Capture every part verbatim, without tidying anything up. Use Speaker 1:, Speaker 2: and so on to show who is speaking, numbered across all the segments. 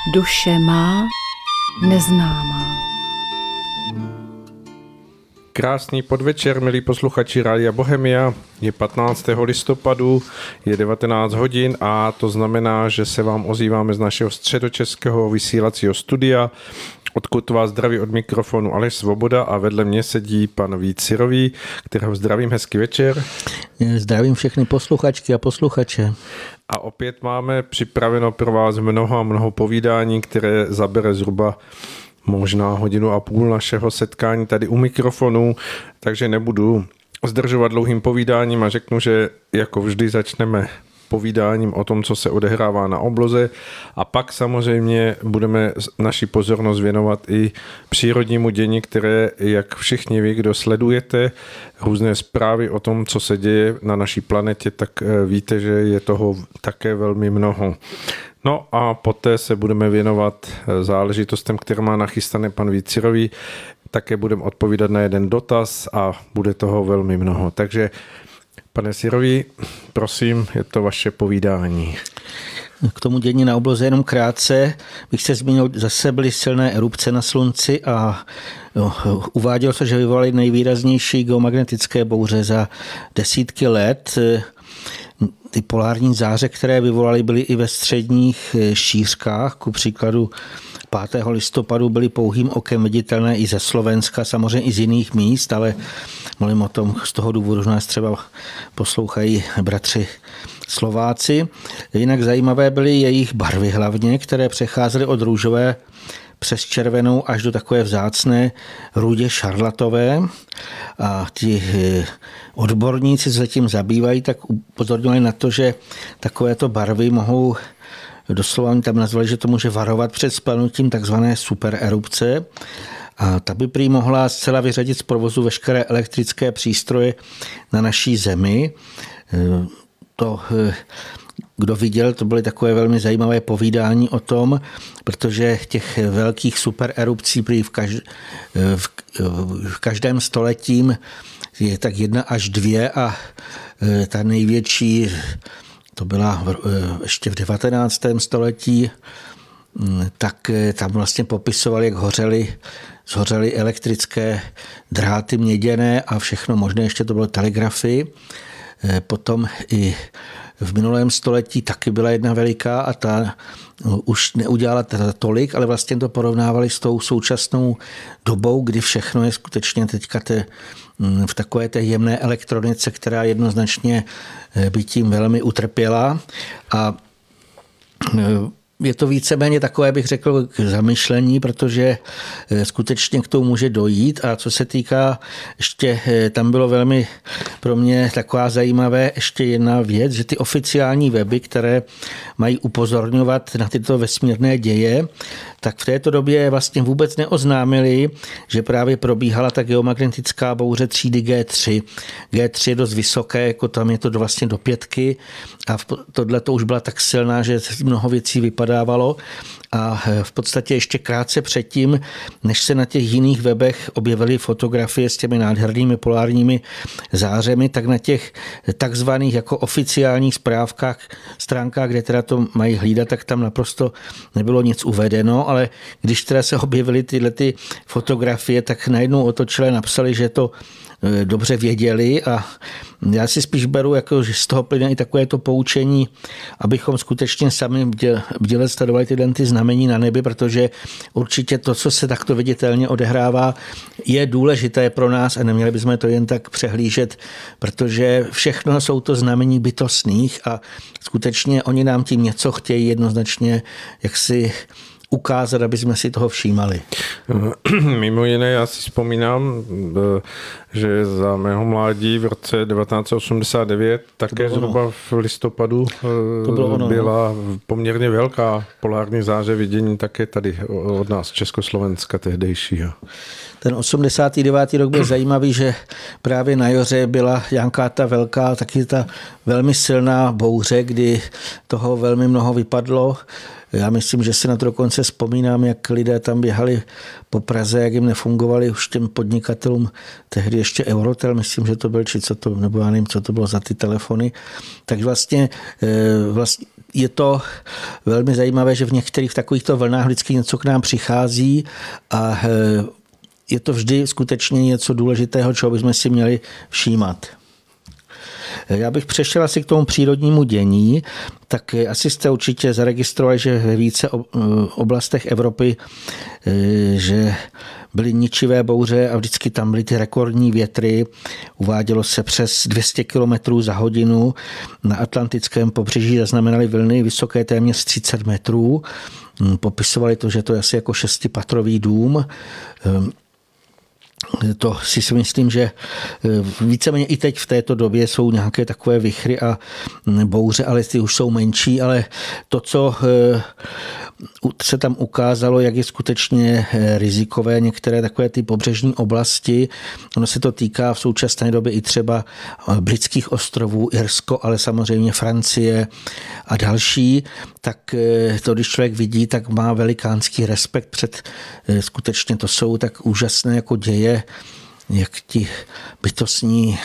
Speaker 1: Duše má neznámá.
Speaker 2: Krásný podvečer, milí posluchači Rádia Bohemia. Je patnáctého listopadu, je devatenáct hodin a to znamená, že se vám ozýváme z našeho středočeského vysílacího studia, odkud vás zdraví od mikrofonu Aleš Svoboda a vedle mě sedí pan Vít Syrový, kterého zdravím, hezký večer.
Speaker 3: Zdravím všechny posluchačky a posluchače.
Speaker 2: A opět máme připraveno pro vás mnoho a mnoho povídání, které zabere zhruba možná hodinu a půl našeho setkání tady u mikrofonu, takže nebudu zdržovat dlouhým povídáním a řeknu, že jako vždy začneme povídáním o tom, co se odehrává na obloze a pak samozřejmě budeme naši pozornost věnovat i přírodnímu dění, které, jak všichni vy, kdo sledujete různé zprávy o tom, co se děje na naší planetě, tak víte, že je toho také velmi mnoho. No a poté se budeme věnovat záležitostem, které má nachystané pan Vít Syrový. Také budeme odpovídat na jeden dotaz a bude toho velmi mnoho. Takže, pane Syrový, prosím, je to vaše povídání.
Speaker 3: K tomu dění na obloze jenom krátce bych se zmínil, zase byly silné erupce na slunci a jo, uvádělo se, že vyvolaly nejvýraznější geomagnetické bouře za desítky let. Ty polární záře, které vyvolaly, byly i ve středních šířkách. Ku příkladu pátého listopadu byly pouhým okem viditelné i ze Slovenska, samozřejmě i z jiných míst, ale mluvím o tom z toho důvodu, že nás třeba poslouchají bratři Slováci. Jinak zajímavé byly jejich barvy hlavně, které přecházely od růžové přes červenou až do takové vzácné rudě šarlatové. A ti odborníci se tím zabývají, tak upozorňovali na to, že takovéto barvy mohou, doslova oni tam nazvali, že to může varovat před splanutím takzvané supererupce. A ta by prý mohla zcela vyřadit z provozu veškeré elektrické přístroje na naší zemi. To, kdo viděl, to byly takové velmi zajímavé povídání o tom, protože těch velkých supererupcí prý v, každ- v, v každém století je tak jedna až dvě a ta největší, to byla v, ještě v devatenáctém století, tak tam vlastně popisovali, jak hořely, zhořely elektrické dráty měděné a všechno možné, ještě to bylo telegrafy. Potom i v minulém století taky byla jedna veliká a ta už neudělala teda tolik, ale vlastně to porovnávali s tou současnou dobou, kdy všechno je skutečně teďka te, v takové té jemné elektronice, která jednoznačně by tím velmi utrpěla. A je to víceméně takové, bych řekl, k zamyšlení, protože skutečně k tomu může dojít. A co se týká, ještě tam bylo velmi pro mě taková zajímavé ještě jedna věc, že ty oficiální weby, které mají upozorňovat na tyto vesmírné děje, tak v této době vlastně vůbec neoznámili, že právě probíhala ta geomagnetická bouře třídy G tři. G tři je dost vysoké, jako tam je to vlastně do pětky a tohle to už byla tak silná, že mnoho věcí vypadávalo. A v podstatě ještě krátce předtím, než se na těch jiných webech objevily fotografie s těmi nádhernými polárními zářemi, tak na těch takzvaných jako oficiálních zprávkách, stránkách, kde teda to mají hlídat, tak tam naprosto nebylo nic uvedeno, ale když teda se objevily tyhle ty fotografie, tak najednou otočili napsali, že to dobře věděli a já si spíš beru, jako, že z toho plyne i takové to poučení, abychom skutečně sami bděle sledovali tyhle ty znamení na nebi, protože určitě to, co se takto viditelně odehrává, je důležité pro nás a neměli bychom to jen tak přehlížet, protože všechno jsou to znamení bytostných a skutečně oni nám tím něco chtějí jednoznačně jaksi ukázat, aby jsme si toho všímali.
Speaker 2: Mimo jiné, já si vzpomínám, že za mého mládí v roce devatenáct set osmdesát devět také zhruba v listopadu ono, byla no. poměrně velká polární záře vidění také tady od nás, Československa tehdejšího.
Speaker 3: Ten osmdesátý devátý rok byl zajímavý, že právě na Joře byla nějaká ta velká, taky ta velmi silná bouře, kdy toho velmi mnoho vypadlo. Já myslím, že si na to dokonce vzpomínám, jak lidé tam běhali po Praze, jak jim nefungovali už těm podnikatelům, tehdy ještě Eurotel, myslím, že to byl, či co to, nebo já nevím, co to bylo za ty telefony. Tak vlastně, vlastně je to velmi zajímavé, že v některých takovýchto vlnách vždycky něco k nám přichází a je to vždy skutečně něco důležitého, čeho bychom si měli všímat. Já bych přešel asi k tomu přírodnímu dění, tak asi jste určitě zaregistrovali, že ve více oblastech Evropy, že byly ničivé bouře a vždycky tam byly ty rekordní větry. Uvádělo se přes dvě stě kilometrů za hodinu. Na atlantickém pobřeží zaznamenali vlny vysoké téměř třicet metrů. Popisovali to, že to je asi jako šestipatrový dům. To si myslím, že víceméně i teď v této době jsou nějaké takové vichry a bouře, ale ty už jsou menší, ale to, co se tam ukázalo, jak je skutečně rizikové některé takové ty pobřežní oblasti. Ono se to týká v současné době i třeba britských ostrovů, Irsko, ale samozřejmě Francie a další. Tak to, když člověk vidí, tak má velikánský respekt před, skutečně to jsou tak úžasné jako děje, jak ti bytostní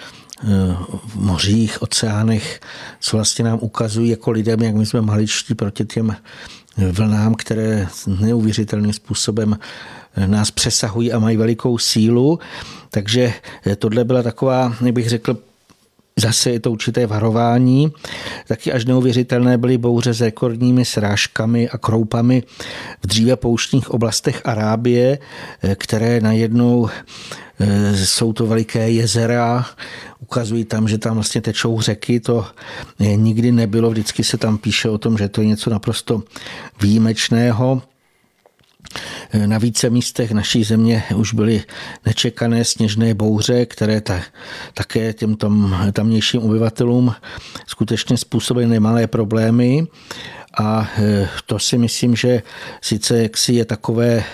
Speaker 3: v mořích, oceánech, co vlastně nám ukazují jako lidem, jak my jsme maličtí proti těm vlnám, které neuvěřitelným způsobem nás přesahují a mají velikou sílu. Takže tohle byla taková, bych řekl, zase je to určité varování. Taky až neuvěřitelné byly bouře s rekordními srážkami a kroupami v dříve pouštních oblastech Arábie, které najednou jsou to veliké jezera, ukazují tam, že tam vlastně tečou řeky, to nikdy nebylo, vždycky se tam píše o tom, že to je něco naprosto výjimečného. Na více místech naší země už byly nečekané sněžné bouře, které ta, také těm tam, tamnějším obyvatelům skutečně způsobily nemalé problémy. A to si myslím, že sice jaksi je takové,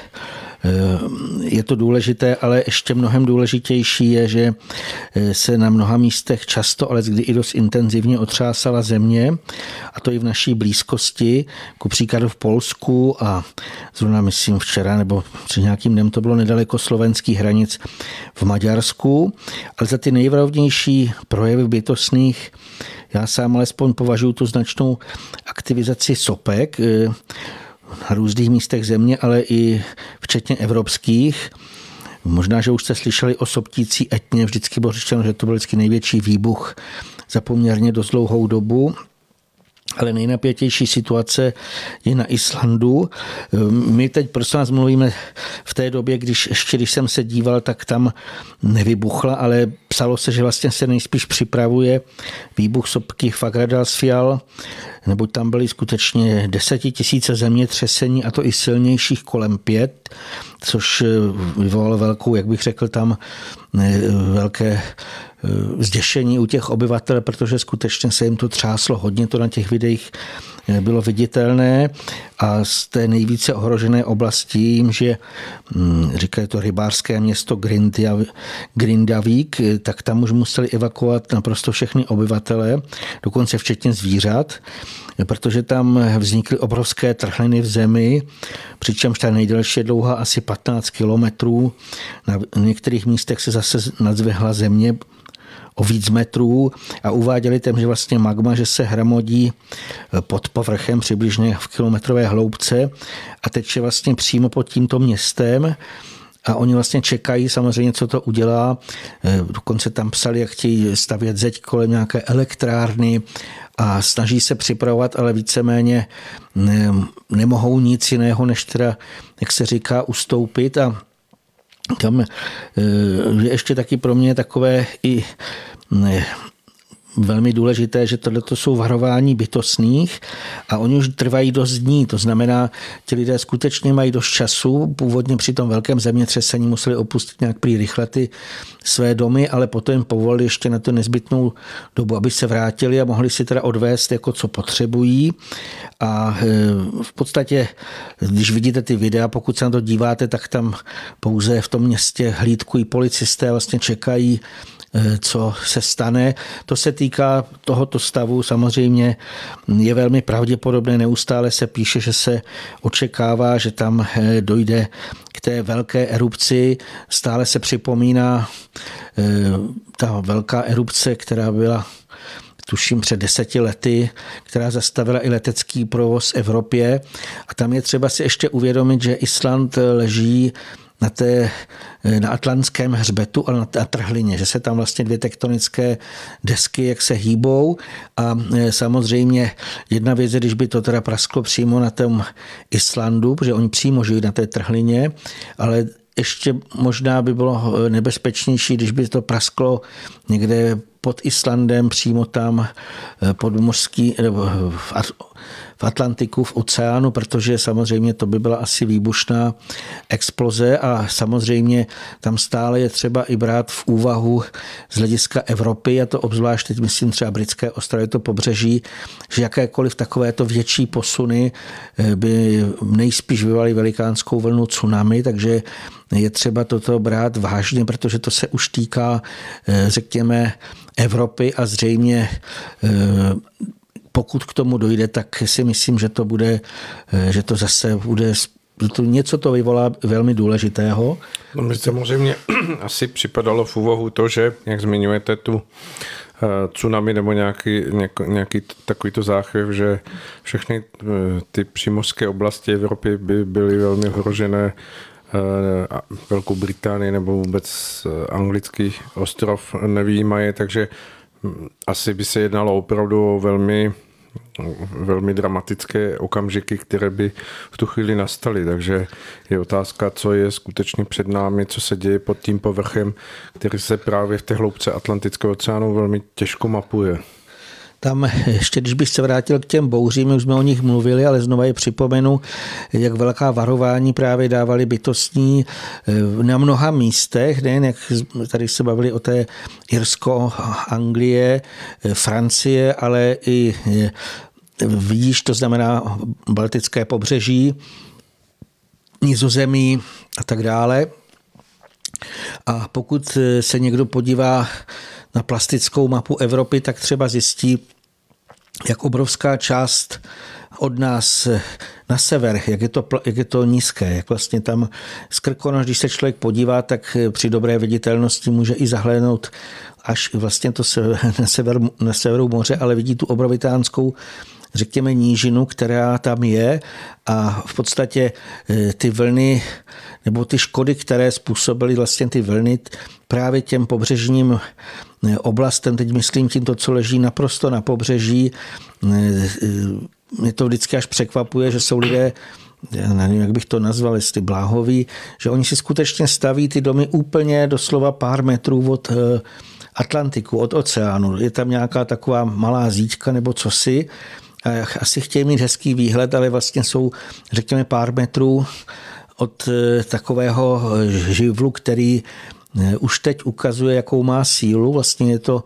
Speaker 3: je to důležité, ale ještě mnohem důležitější je, že se na mnoha místech často, ale kdy i dost intenzivně otřásala země, a to i v naší blízkosti, ku příkladu v Polsku a zrovna myslím včera nebo před nějakým dnem to bylo nedaleko slovenských hranic v Maďarsku, ale za ty nejvravnější projevy bytostných já sám alespoň považuji tu značnou aktivizaci sopek na různých místech země, ale i včetně evropských. Možná, že už jste slyšeli o soptící etně, vždycky bylo řečeno, že to byl vždycky největší výbuch za poměrně dost dlouhou dobu. Ale nejnapětější situace je na Islandu. My teď prosím vás mluvíme v té době, když ještě když jsem se díval, tak tam nevybuchla, ale psalo se, že vlastně se nejspíš připravuje výbuch sopky Fagradalsfjall, neboť tam byly skutečně desetitisíce zemětřesení a to i silnějších kolem pět, což vyvolalo velkou, jak bych řekl, tam velké zděšení u těch obyvatel, protože skutečně se jim to třáslo hodně, to na těch videích bylo viditelné a z té nejvíce ohrožené oblasti jim, že říkají to rybářské město Grindavík, tak tam už museli evakuovat naprosto všechny obyvatele, dokonce včetně zvířat, protože tam vznikly obrovské trhliny v zemi, přičemž ta nejdelší je dlouhá asi patnáct kilometrů. Na některých místech se zase nadzvihla země o víc metrů a uváděli tam, že vlastně magma, že se hromadí pod povrchem přibližně v kilometrové hloubce a teče vlastně přímo pod tímto městem a oni vlastně čekají samozřejmě, co to udělá. Dokonce tam psali, jak chtějí stavět zeď kolem nějaké elektrárny a snaží se připravovat, ale víceméně nemohou nic jiného, než teda, jak se říká, ustoupit a tam je ještě taky pro mě takové i velmi důležité, že tohleto jsou varování bytostných a oni už trvají dost dní. To znamená, ti lidé skutečně mají dost času. Původně při tom velkém zemětřesení museli opustit nějak prý rychle ty své domy, ale potom jim povolili ještě na tu nezbytnou dobu, aby se vrátili a mohli si teda odvést, jako co potřebují. A v podstatě, když vidíte ty videa, pokud se na to díváte, tak tam pouze v tom městě hlídkují policisté, vlastně čekají, co se stane. To se týká tohoto stavu, samozřejmě je velmi pravděpodobné, neustále se píše, že se očekává, že tam dojde k té velké erupci. Stále se připomíná ta velká erupce, která byla tuším před deseti lety, která zastavila i letecký provoz v Evropě. A tam je třeba si ještě uvědomit, že Island leží na, té, na atlantském hřbetu a na, na trhlině, že se tam vlastně dvě tektonické desky, jak se hýbou a samozřejmě jedna věc je, když by to teda prasklo přímo na tom Islandu, protože oni přímo žijí na té trhlině, ale ještě možná by bylo nebezpečnější, když by to prasklo někde pod Islandem, přímo tam podmořský, v Atlantiku, v oceánu, protože samozřejmě to by byla asi výbušná exploze a samozřejmě tam stále je třeba i brát v úvahu z hlediska Evropy, a to obzvlášť teď myslím třeba britské ostrovy, to pobřeží, že jakékoliv takovéto větší posuny by nejspíš vyvolaly velikánskou vlnu tsunami, takže je třeba toto brát vážně, protože to se už týká, řekněme, Evropy a zřejmě pokud k tomu dojde, tak si myslím, že to bude, že to zase bude, to něco to vyvolá velmi důležitého.
Speaker 2: No, mi samozřejmě asi připadalo v úvahu to, že, jak zmiňujete tu tsunami nebo nějaký, nějaký takovýto záchvěv, že všechny ty přímořské oblasti Evropy by byly velmi ohrožené, Velkou Británii nebo vůbec anglický ostrov nevyjímaje, takže asi by se jednalo opravdu o velmi, velmi dramatické okamžiky, které by v tu chvíli nastaly. Takže je otázka, co je skutečně před námi, co se děje pod tím povrchem, který se právě v té hloubce Atlantického oceánu velmi těžko mapuje.
Speaker 3: Tam ještě, když bych se vrátil k těm bouřím, my už jsme o nich mluvili, ale znova je připomenu, jak velká varování právě dávali bytostní na mnoha místech, nejen jak tady se bavili o té Irsko, Anglie, Francie, ale i vidíš, to znamená Baltické pobřeží, Nizozemí a tak dále. A pokud se někdo podívá na plastickou mapu Evropy, tak třeba zjistí, jak obrovská část od nás na sever, jak je to, jak je to nízké, jak vlastně tam z Krkonoš, když se člověk podívá, tak při dobré viditelnosti může i zahlédnout až vlastně to se, na, sever, na severu moře, ale vidí tu obrovitánskou, řekněme, nížinu, která tam je a v podstatě ty vlny nebo ty škody, které způsobily vlastně ty vlny právě těm pobřežním oblastem, teď myslím tímto, co leží naprosto na pobřeží. Mě to vždycky až překvapuje, že jsou lidé, já nevím, jak bych to nazval, jestli bláhoví, že oni si skutečně staví ty domy úplně doslova pár metrů od Atlantiku, od oceánu. Je tam nějaká taková malá zíďka nebo cosi. Asi chtějí mít hezký výhled, ale vlastně jsou, řekněme, pár metrů od takového živlu, který už teď ukazuje, jakou má sílu. Vlastně je to,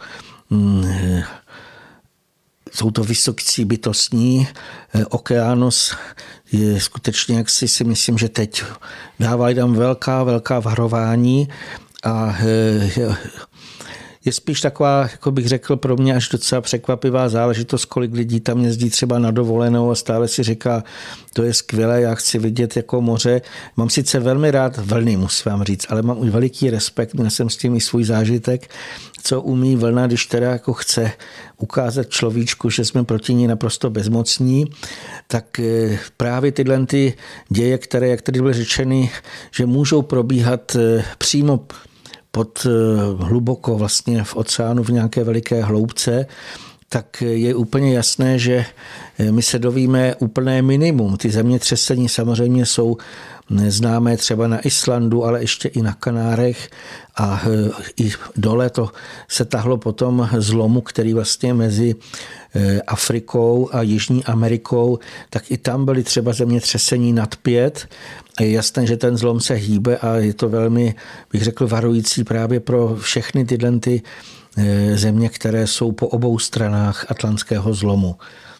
Speaker 3: jsou to vysocí bytostní. Okeánus je skutečně, jak si, si myslím, že teď dávají tam velká, velká varování a je spíš taková, jako bych řekl, pro mě až docela překvapivá záležitost, kolik lidí tam jezdí třeba na dovolenou a stále si říká, to je skvělé, já chci vidět jako moře. Mám sice velmi rád vlny, musím vám říct, ale mám už veliký respekt, měl jsem s tím i svůj zážitek, co umí vlna, když teda jako chce ukázat človíčku, že jsme proti ní naprosto bezmocní, tak právě tyhle ty děje, které, jak tady byly řečeny, že můžou probíhat přímo pod hluboko vlastně v oceánu v nějaké veliké hloubce, tak je úplně jasné, že my se dovíme úplné minimum. Ty zemětřesení samozřejmě jsou známé třeba na Islandu, ale ještě i na Kanárech a i dole to se tahlo potom zlomu, který vlastně mezi Afrikou a Jižní Amerikou, tak i tam byly třeba zemětřesení nad pět. A je jasné, že ten zlom se hýbe a je to velmi, bych řekl, varující právě pro všechny tyhle ty země, které jsou po obou stranách atlantského zlomu.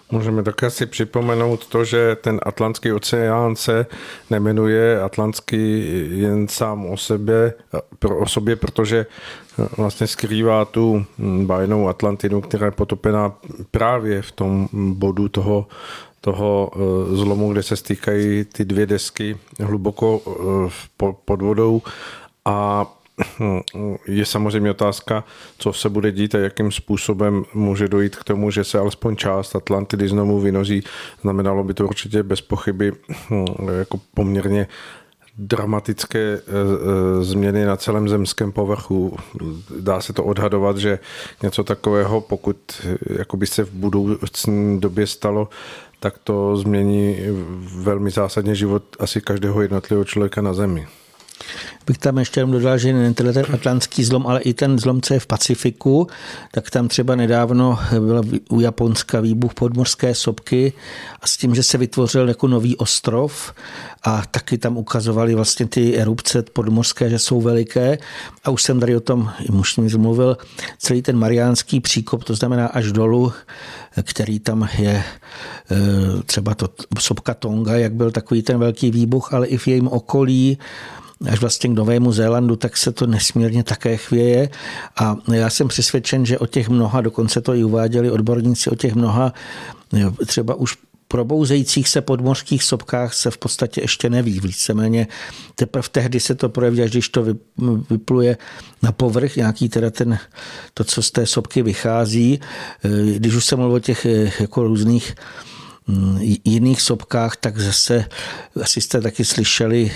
Speaker 2: Můžeme také si připomenout to, že ten Atlantský oceán se nemenuje Atlantský jen sám o sobě, pro, o sobě, protože vlastně skrývá tu bájnou Atlantinu, která je potopená právě v tom bodu toho, toho zlomu, kde se stýkají ty dvě desky hluboko pod vodou. A je samozřejmě otázka, co se bude dít a jakým způsobem může dojít k tomu, že se alespoň část Atlantidy znovu vynoří. Znamenalo by to určitě bez pochyby jako poměrně dramatické změny na celém zemském povrchu. Dá se to odhadovat, že něco takového, pokud jakoby se v budoucí době stalo, tak to změní velmi zásadně život asi každého jednotlivého člověka na Zemi.
Speaker 3: Bych tam ještě jenom dodal, že nejen ten atlantský zlom, ale i ten zlom, co je v Pacifiku, tak tam třeba nedávno byl u Japonska výbuch podmořské sopky a s tím, že se vytvořil jako nový ostrov a taky tam ukazovali vlastně ty erupce podmořské, že jsou veliké a už jsem tady o tom, už mi zmluvil, celý ten Mariánský příkop, to znamená až dolů, který tam je třeba to sopka Tonga, jak byl takový ten velký výbuch, ale i v jejím okolí, až vlastně k Novému Zélandu, tak se to nesmírně také chvěje a já jsem přesvědčen, že o těch mnoha, dokonce to i uváděli odborníci, o těch mnoha třeba už probouzejících se podmořských sopkách se v podstatě ještě neví. Víceméně teprve tehdy se to projeví, až když to vypluje na povrch, nějaký teda ten, to, co z té sopky vychází. Když už jsem mluvil o těch jako různých jiných sopkách, tak zase asi jste taky slyšeli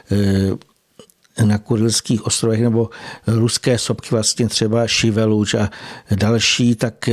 Speaker 3: na Kurilských ostrovech nebo ruské sopky, vlastně třeba Šiveluč a další, tak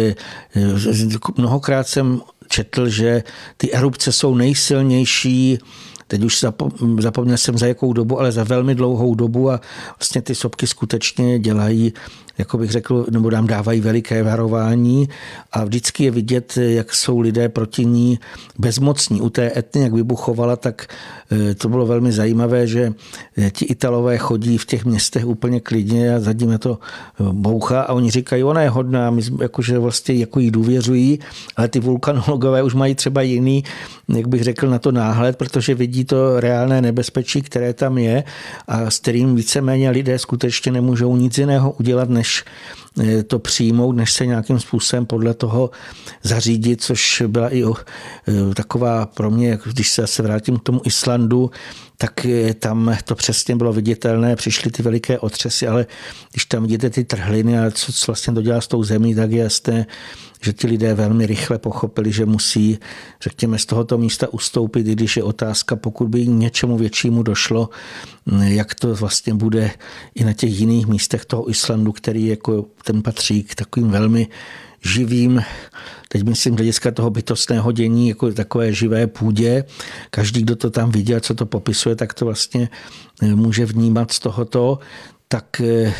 Speaker 3: mnohokrát jsem četl, že ty erupce jsou nejsilnější, teď už zapomněl jsem za jakou dobu, ale za velmi dlouhou dobu a vlastně ty sopky skutečně dělají, jako bych řekl, nebo nám dávají veliké varování a vždycky je vidět, jak jsou lidé proti ní bezmocní. U té Etny, jak vybuchovala, tak to bylo velmi zajímavé, že ti Italové chodí v těch městech úplně klidně a zadím je to bouchá a oni říkají, ona je hodná, my jakože vlastně jako jí důvěřují, ale ty vulkanologové už mají třeba jiný, jak bych řekl, na to náhled, protože vidí to reálné nebezpečí, které tam je a s kterým víceméně lidé skutečně nemůžou nic jiného udělat, než to přijmout, než se nějakým způsobem podle toho zařídit, což byla i taková pro mě, když se zase vrátím k tomu Islandu, tak tam to přesně bylo viditelné, přišly ty veliké otřesy, ale když tam vidíte ty trhliny a co vlastně to dělá s tou zemí, tak je jasné, že ti lidé velmi rychle pochopili, že musí, řekněme, z tohoto místa ustoupit, i když je otázka, pokud by něčemu většímu došlo, jak to vlastně bude i na těch jiných místech toho Islandu, který jako ten patří k takovým velmi živým, teď myslím hlediska toho bytostného dění, jako takové živé půdě. Každý, kdo to tam viděl, co to popisuje, tak to vlastně může vnímat z tohoto, tak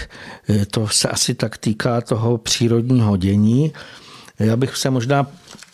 Speaker 3: to se asi tak týká toho přírodního dění. Já bych se možná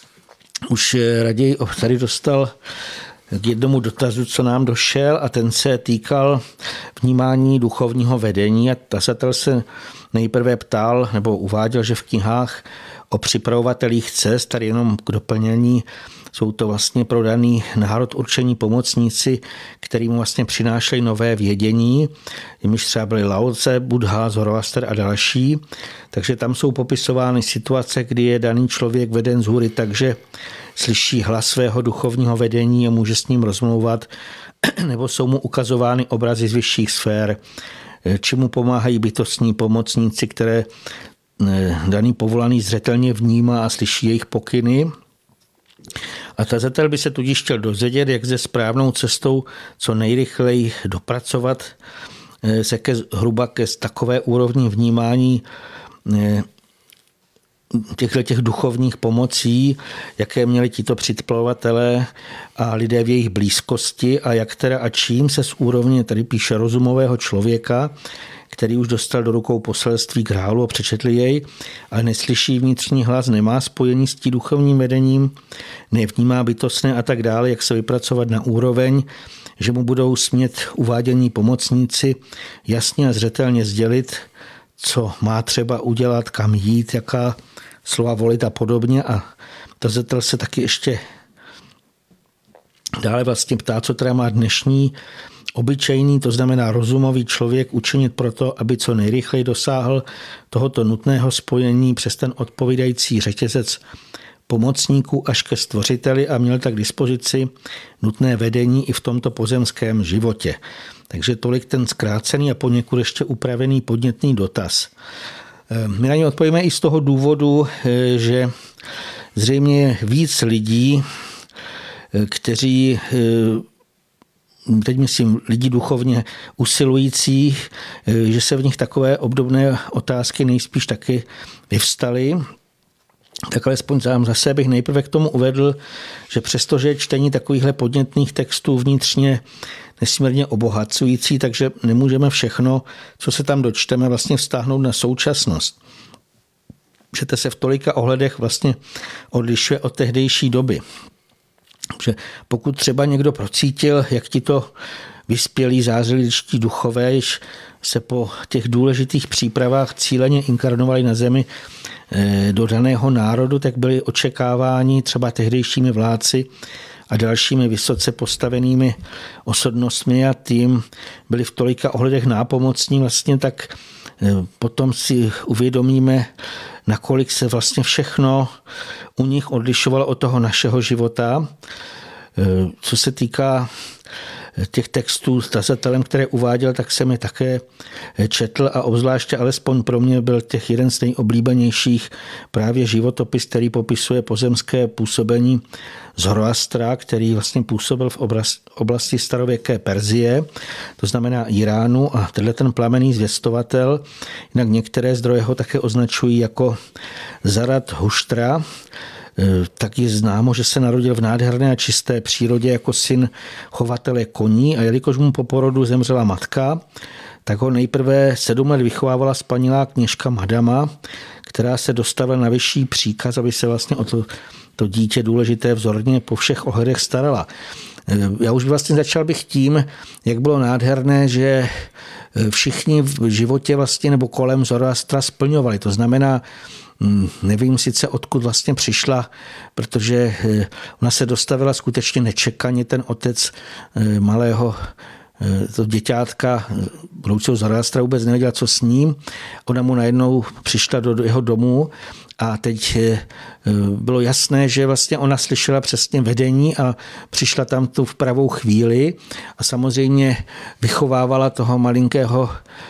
Speaker 3: už raději tady dostal k jednomu dotazu, co nám došel a ten se týkal vnímání duchovního vedení a tazatel se nejprve ptal nebo uváděl, že v knihách o připravovatelích cest, tady jenom k doplnění, jsou to vlastně pro daný národ určení pomocníci, kterým vlastně přinášejí nové vědění, jimiž třeba byli Lao Tse, Buddha, Zoroaster a další. Takže tam jsou popisovány situace, kdy je daný člověk veden z hůry, takže slyší hlas svého duchovního vedení a může s ním rozmlouvat, nebo jsou mu ukazovány obrazy z vyšších sfér, čemu pomáhají bytostní pomocníci, které daný povolaný zřetelně vnímá a slyší jejich pokyny. A tazatel by se tudíž chtěl dozvědět, jak se správnou cestou co nejrychleji dopracovat se ke, hruba ke takové úrovni vnímání těchto těch duchovních pomocí, jaké měli tito připravovatelé a lidé v jejich blízkosti a jak teda a čím se z úrovně, tady píše, rozumového člověka, který už dostal do rukou poselství králu a přečetl jej, ale neslyší vnitřní hlas, nemá spojení s tím duchovním vedením, nevnímá bytostné a tak dále, jak se vypracovat na úroveň, že mu budou smět uvádění pomocníci jasně a zřetelně sdělit, co má třeba udělat, kam jít, jaká slova volit a podobně. A tazatel se taky ještě dále vlastně ptá, co teda má dnešní obyčejný, to znamená rozumový člověk učinit proto, aby co nejrychleji dosáhl tohoto nutného spojení přes ten odpovídající řetězec pomocníků až ke stvořiteli a měl tak k dispozici nutné vedení i v tomto pozemském životě. Takže tolik ten zkrácený a poněkud ještě upravený podnětný dotaz. My na ně odpovíme i z toho důvodu, že zřejmě je víc lidí, kteří, teď myslím lidí duchovně usilujících, že se v nich takové obdobné otázky nejspíš taky vyvstaly. Tak alespoň za sebe bych nejprve k tomu uvedl, že přestože je čtení takovýchhle podnětných textů vnitřně nesmírně obohacující, takže nemůžeme všechno, co se tam dočteme, vlastně vztáhnout na současnost. Že to se v tolika ohledech vlastně odlišuje od tehdejší doby. Že pokud třeba někdo procítil, jak ti to vyspělí zářiličtí duchové, již se po těch důležitých přípravách cíleně inkarnovali na zemi do daného národu, tak byli očekáváni třeba tehdejšími vládci a dalšími vysoce postavenými osobnostmi a tím byli v tolika ohledech nápomocní, vlastně tak potom si uvědomíme, nakolik se vlastně všechno u nich odlišovalo od toho našeho života. Co se týká těch textů s tazatelem, které uváděl, tak jsem je také četl a obzvláště alespoň pro mě byl těch jeden z nejoblíbenějších právě životopis, který popisuje pozemské působení Zoroastra, který vlastně působil v oblasti starověké Perzie, to znamená Iránu, a tenhle ten plamenný zvěstovatel, jinak některé zdroje ho také označují jako Zarat Huštra, tak je známo, že se narodil v nádherné a čisté přírodě jako syn chovatele koní a jelikož mu po porodu zemřela matka, tak ho nejprve sedm let vychovávala spanilá kněžka Madama, která se dostavila na vyšší příkaz, aby se vlastně o to, to dítě důležité vzorně po všech ohledech starala. Já už vlastně začal bych tím, jak bylo nádherné, že všichni v životě vlastně nebo kolem Zoroastra splňovali. To znamená, nevím sice, odkud vlastně přišla, protože ona se dostavila skutečně nečekaně, ten otec malého to děťátka budoucího Zoroastra vůbec nevěděla, co s ním. Ona mu najednou přišla do jeho domu a teď bylo jasné, že vlastně ona slyšela přesně vedení a přišla tam tu v pravou chvíli a samozřejmě vychovávala toho malinkého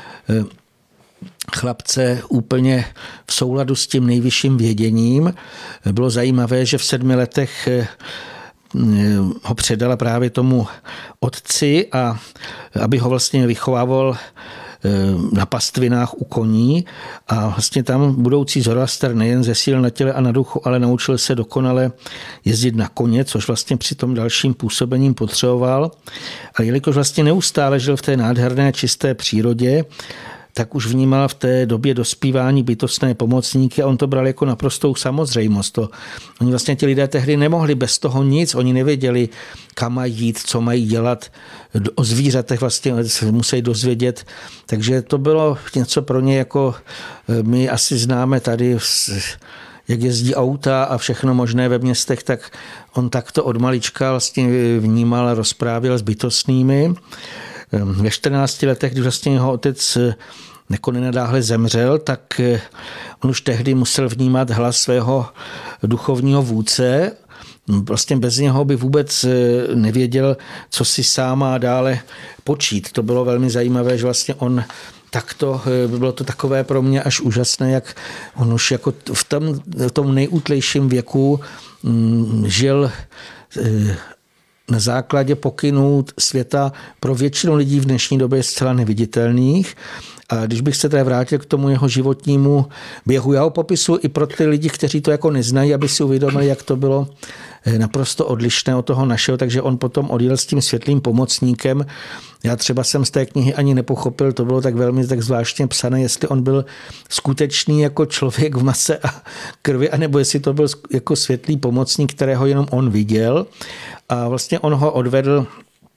Speaker 3: chlapce úplně v souladu s tím nejvyšším věděním. Bylo zajímavé, že v sedmi letech ho předala právě tomu otci a aby ho vlastně vychovával na pastvinách u koní a vlastně tam budoucí Zoroaster nejen zesílil na těle a na duchu, ale naučil se dokonale jezdit na koně, což vlastně při tom dalším působením potřeboval. A jelikož vlastně neustále žil v té nádherné čisté přírodě, tak už vnímal v té době dospívání bytostné pomocníky a on to bral jako naprostou samozřejmost. To, oni vlastně ti lidé tehdy nemohli bez toho nic, oni nevěděli, kam mají jít, co mají dělat, o zvířatech vlastně se museli dozvědět, takže to bylo něco pro ně, jako my asi známe tady, jak jezdí auta a všechno možné ve městech, tak on takto od malička vlastně vnímal a rozprávěl s bytostnými. Ve čtrnácti letech, když vlastně jeho otec jako nenadáhle zemřel, tak on už tehdy musel vnímat hlas svého duchovního vůdce. Vlastně bez něho by vůbec nevěděl, co si sám má dále počít. To bylo velmi zajímavé, že vlastně on takto, bylo to takové pro mě až úžasné, jak on už jako v tom, v tom nejútlejším věku žil na základě pokynů světa pro většinu lidí v dnešní době zcela neviditelných. A když bych se teda vrátil k tomu jeho životnímu běhu, já ho popisuji i pro ty lidi, kteří to jako neznají, aby si uvědomili, jak to bylo naprosto odlišné od toho našeho, takže on potom odjel s tím světlým pomocníkem. Já třeba jsem z té knihy ani nepochopil, to bylo tak velmi tak zvláštně psané, jestli on byl skutečný jako člověk v mase a krvi, anebo jestli to byl jako světlý pomocník, kterého jenom on viděl. A vlastně on ho odvedl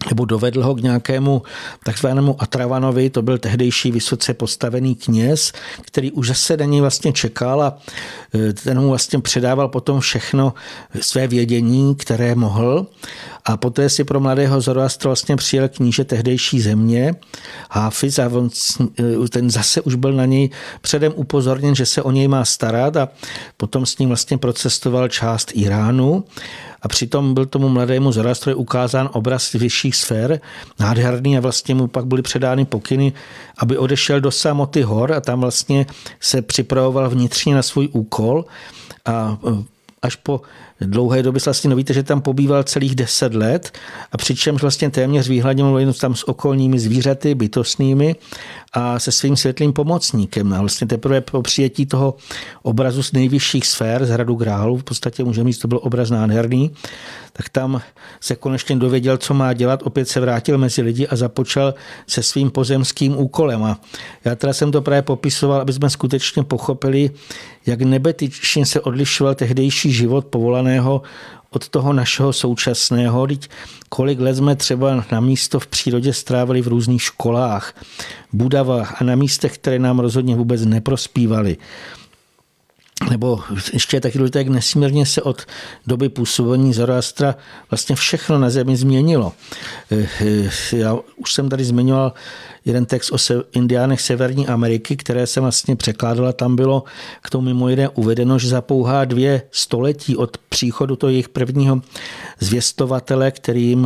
Speaker 3: nebo dovedl ho k nějakému takzvanému Atravanovi, to byl tehdejší vysoce postavený kněz, který už zase na něj vlastně čekal a ten mu vlastně předával potom všechno své vědění, které mohl. A poté si pro mladého Zoroastra vlastně přijel kníže tehdejší země, Háfiz, a on, ten zase už byl na něj předem upozorněn, že se o něj má starat a potom s ním vlastně procestoval část Iránu. A přitom byl tomu mladému Zoroastrovi ukázán obraz vyšších sfér, nádherný, a vlastně mu pak byly předány pokyny, aby odešel do samoty hor a tam vlastně se připravoval vnitřně na svůj úkol. A až po dlouhé době vlastně no víte, že tam pobýval celých deset let a přičemž vlastně téměř výhledně mluvil tam s okolními zvířaty, bytostnými a se svým světlým pomocníkem. A vlastně teprve po přijetí toho obrazu z nejvyšších sfér, z hradu Grálu, v podstatě můžeme říct, to byl obraz nádherný, tak tam se konečně dověděl, co má dělat, opět se vrátil mezi lidi a započal se svým pozemským úkolem. A já teda jsem to právě popisoval, aby jsme skutečně pochopili, jak nebetyčně se odlišoval tehdejší život povolaného od toho našeho současného. Teď kolik let jsme třeba na místo v přírodě strávili v různých školách, budavách a na místech, které nám rozhodně vůbec neprospívaly. Nebo ještě taky důležité, jak nesmírně se od doby působení Zoroastra vlastně všechno na zemi změnilo. Já už jsem tady zmiňoval jeden text o indiánech Severní Ameriky, které se vlastně překládala. Tam bylo k tomu mimo jiné uvedeno, že za pouhá dvě století od příchodu toho jejich prvního zvěstovatele, kterým,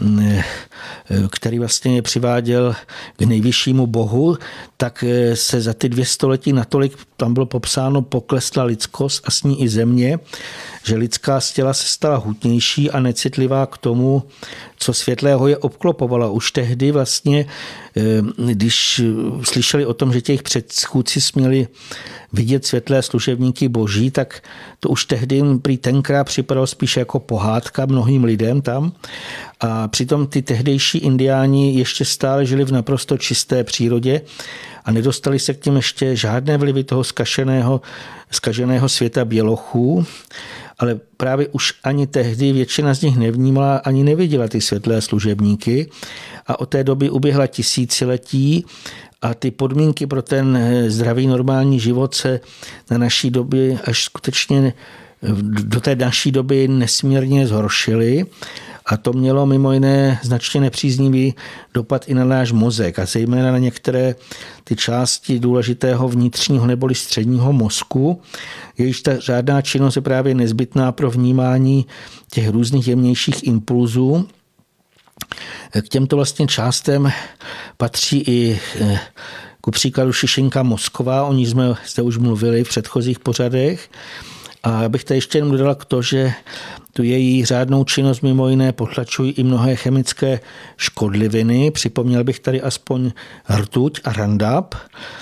Speaker 3: který vlastně je přiváděl k nejvyššímu bohu, tak se za ty dvě století natolik, tam bylo popsáno, poklesla lidskost a s ní i země, že lidská těla se stala hutnější a necitlivá k tomu, co světlého je obklopovalo. Už tehdy vlastně, když slyšeli o tom, že těch předchůdci směli vidět světlé služebníky boží, tak to už tehdy prý tenkrát připadalo spíše jako pohádka mnohým lidem tam. A přitom ty tehdejší indiáni ještě stále žili v naprosto čisté přírodě a nedostali se k těm ještě žádné vlivy toho zkaženého, zkaženého světa bělochů, ale právě už ani tehdy většina z nich nevnímala ani neviděla ty světlé služebníky a od té doby uběhla tisíciletí a ty podmínky pro ten zdravý normální život se na naší době až skutečně do té naší doby nesmírně zhoršily. A to mělo mimo jiné značně nepříznivý dopad i na náš mozek a zejména na některé ty části důležitého vnitřního neboli středního mozku, jejíž ta řádná činnost je právě nezbytná pro vnímání těch různých jemnějších impulzů. K těmto vlastně částem patří i ku příkladu šišinka mozková, o ní jsme zde už mluvili v předchozích pořadech. A já bych tady ještě jenom dodala k to, že tu její řádnou činnost mimo jiné potlačují i mnohé chemické škodliviny. Připomněl bych tady aspoň rtuť a Roundup.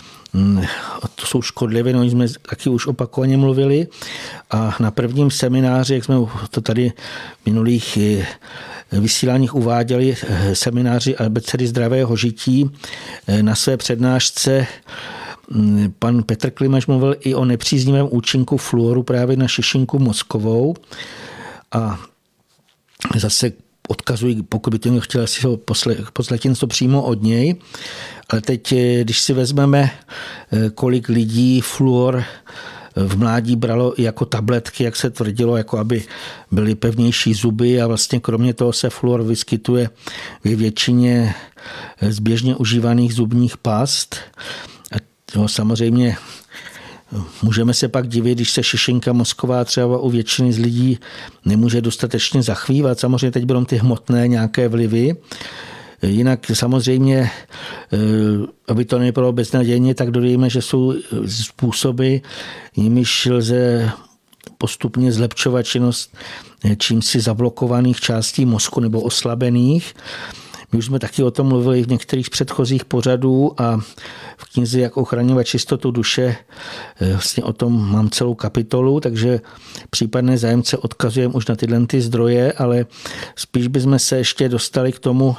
Speaker 3: To jsou škodliviny, o ní jsme taky už opakovaně mluvili. A na prvním semináři, jak jsme to tady v minulých vysíláních uváděli, semináři abecedy zdravého žití, na své přednášce pan Petr Klimeš mluvil i o nepříznivém účinku fluoru právě na šišinku mozkovou a zase odkazují, pokud by to někdo chtěl si ho poslechat něco přímo od něj. Ale teď, když si vezmeme, kolik lidí fluor v mládí bralo jako tabletky, jak se tvrdilo, jako aby byly pevnější zuby a vlastně kromě toho se fluor vyskytuje ve většině z běžně užívaných zubních past. Jo, samozřejmě můžeme se pak divit, když se šišinka mozková třeba u většiny z lidí nemůže dostatečně zachvívat. Samozřejmě teď budou ty hmotné nějaké vlivy. Jinak samozřejmě, aby to nebylo beznadějně, tak dodejme, že jsou způsoby, jimiž lze postupně zlepšovat činnost čímsi zablokovaných částí mozku nebo oslabených. My už jsme taky o tom mluvili v některých předchozích pořadů a v knize Jak ochraňovat čistotu duše vlastně o tom mám celou kapitolu, takže případné zájemce odkazujeme už na tyhle ty zdroje, ale spíš bychom se ještě dostali k tomu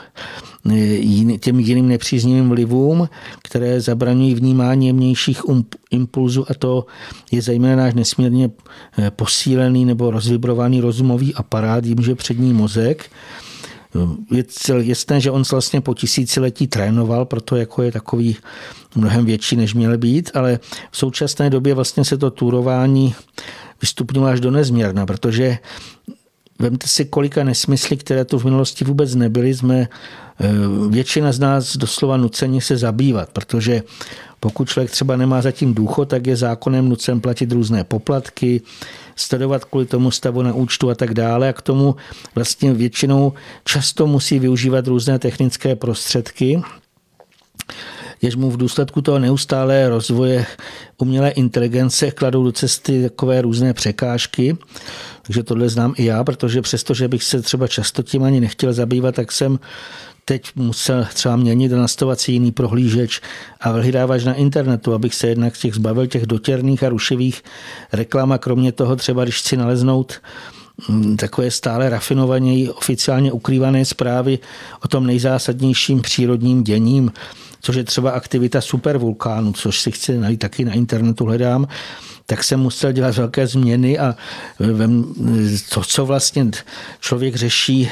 Speaker 3: těm jiným nepříznivým vlivům, které zabraňují vnímání jemnějších impulzů a to je zejména náš nesmírně posílený nebo rozvibrovaný rozumový aparát, jímž je přední mozek. Je jasné, že on vlastně po tisíciletí trénoval, proto jako je takový mnohem větší, než měl být, ale v současné době vlastně se to turování vystupňuje až do nezměrna, protože vemte si, kolika nesmysly, které tu v minulosti vůbec nebyly, jsme většina z nás doslova nuceni se zabývat, protože pokud člověk třeba nemá zatím důchod, tak je zákonem nucen platit různé poplatky, sledovat kvůli tomu stavu na účtu a tak dále a k tomu vlastně většinou často musí využívat různé technické prostředky, jež mu v důsledku toho neustále rozvoje umělé inteligence kladou do cesty takové různé překážky. Takže tohle znám i já, protože přestože bych se třeba často tím ani nechtěl zabývat, tak jsem teď musel třeba měnit a nastavovat si jiný prohlížeč a vyhledávač na internetu, abych se jednak těch zbavil těch dotěrných a rušivých reklam a kromě toho třeba, když chci naleznout takové stále rafinovaněji oficiálně ukrývané zprávy o tom nejzásadnějším přírodním děním, což je třeba aktivita supervulkánu, což si chci najít taky na internetu, hledám, tak jsem musel dělat velké změny a to, co vlastně člověk řeší,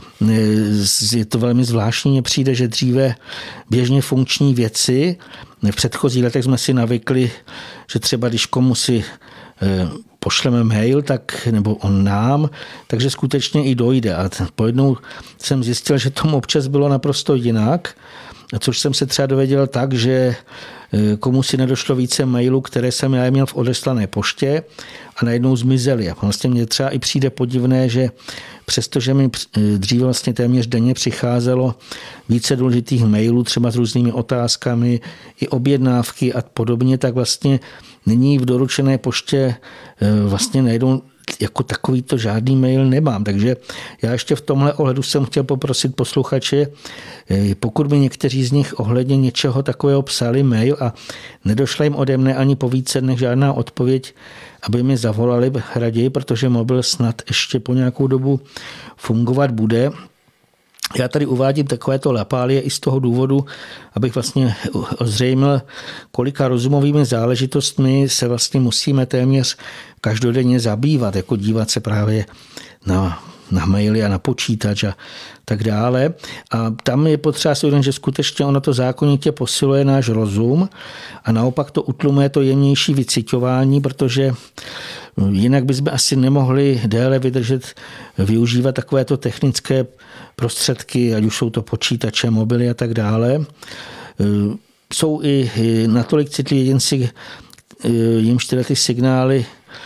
Speaker 3: je to velmi zvláštní. Mně přijde, že dříve běžně funkční věci, v předchozích letech jsme si navykli, že třeba když komu si pošleme mail, tak, nebo on nám, takže skutečně i dojde. A pojednou jsem zjistil, že tomu občas bylo naprosto jinak, což jsem se třeba dověděl tak, že komu si nedošlo více mailů, které jsem já měl v odeslané poště a najednou zmizely. A vlastně mně třeba i přijde podivné, že přestože mi dříve vlastně téměř denně přicházelo více důležitých mailů, třeba s různými otázkami, i objednávky a podobně, tak vlastně nyní v doručené poště vlastně najednou jako takový to žádný mail nemám. Takže já ještě v tomhle ohledu jsem chtěl poprosit posluchače, pokud mi někteří z nich ohledně něčeho takového psali mail a nedošla jim ode mne ani po více dnech žádná odpověď, aby mi zavolali raději, protože mobil snad ještě po nějakou dobu fungovat bude. Já tady uvádím takovéto lapálie i z toho důvodu, abych vlastně ozřejmil, kolika rozumovými záležitostmi se vlastně musíme téměř každodenně zabývat, jako dívat se právě na, na maily a na počítač a tak dále. A tam je potřeba si uvědomit, že skutečně ono to zákonitě posiluje náš rozum a naopak to utlumuje to jemnější vyciťování, protože jinak bychom asi nemohli déle vydržet využívat takovéto technické prostředky, ať už jsou to počítače, mobily a tak dále. Jsou i natolik citliví jedinci, jimž tyhle ty signály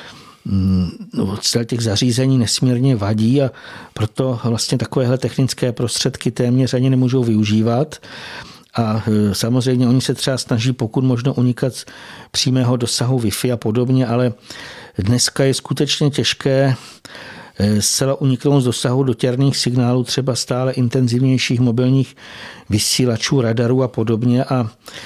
Speaker 3: od těch zařízení nesmírně vadí a proto vlastně takovéhle technické prostředky téměř ani nemůžou využívat. A samozřejmě oni se třeba snaží pokud možno unikat z přímého dosahu Wi-Fi a podobně, ale dneska je skutečně těžké zcela uniknout z dosahu dotěrných signálů třeba stále intenzivnějších mobilních vysílačů, radarů a podobně a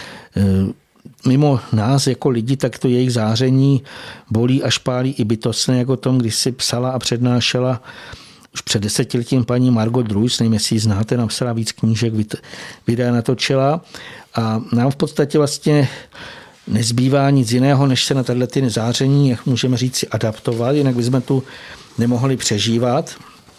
Speaker 3: mimo nás jako lidi, tak to jejich záření bolí a špálí i bytostné, jako tom, když si psala a přednášela už před desetiletím paní Margot Ruiz, nevím, jestli ji znáte, napsala víc knížek, videa natočila a nám v podstatě vlastně nezbývá nic jiného, než se na tato záření, jak můžeme říct, si adaptovat, jinak bychom tu nemohli přežívat.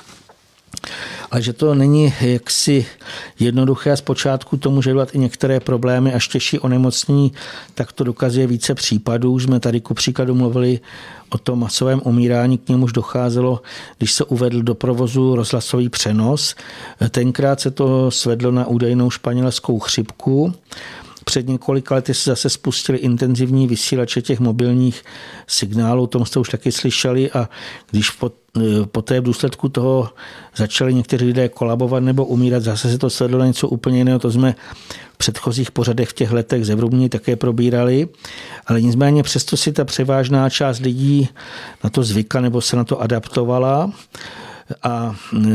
Speaker 3: Ale že to není jaksi jednoduché a zpočátku to může dělat i některé problémy až těžší onemocnění, tak to dokazuje více případů. Už jsme tady ku příkladu mluvili o tom masovém umírání, k němuž docházelo, když se uvedl do provozu rozhlasový přenos. Tenkrát se to svedlo na údajnou španělskou chřipku. Před několika lety se zase spustili intenzivní vysílače těch mobilních signálů, o tom jste už taky slyšeli a když poté v důsledku toho začali někteří lidé kolabovat nebo umírat, zase se to svedlo na něco úplně jiného, to jsme v předchozích pořadech v těch letech zevrubně také probírali, ale nicméně přesto si ta převážná část lidí na to zvykla nebo se na to adaptovala a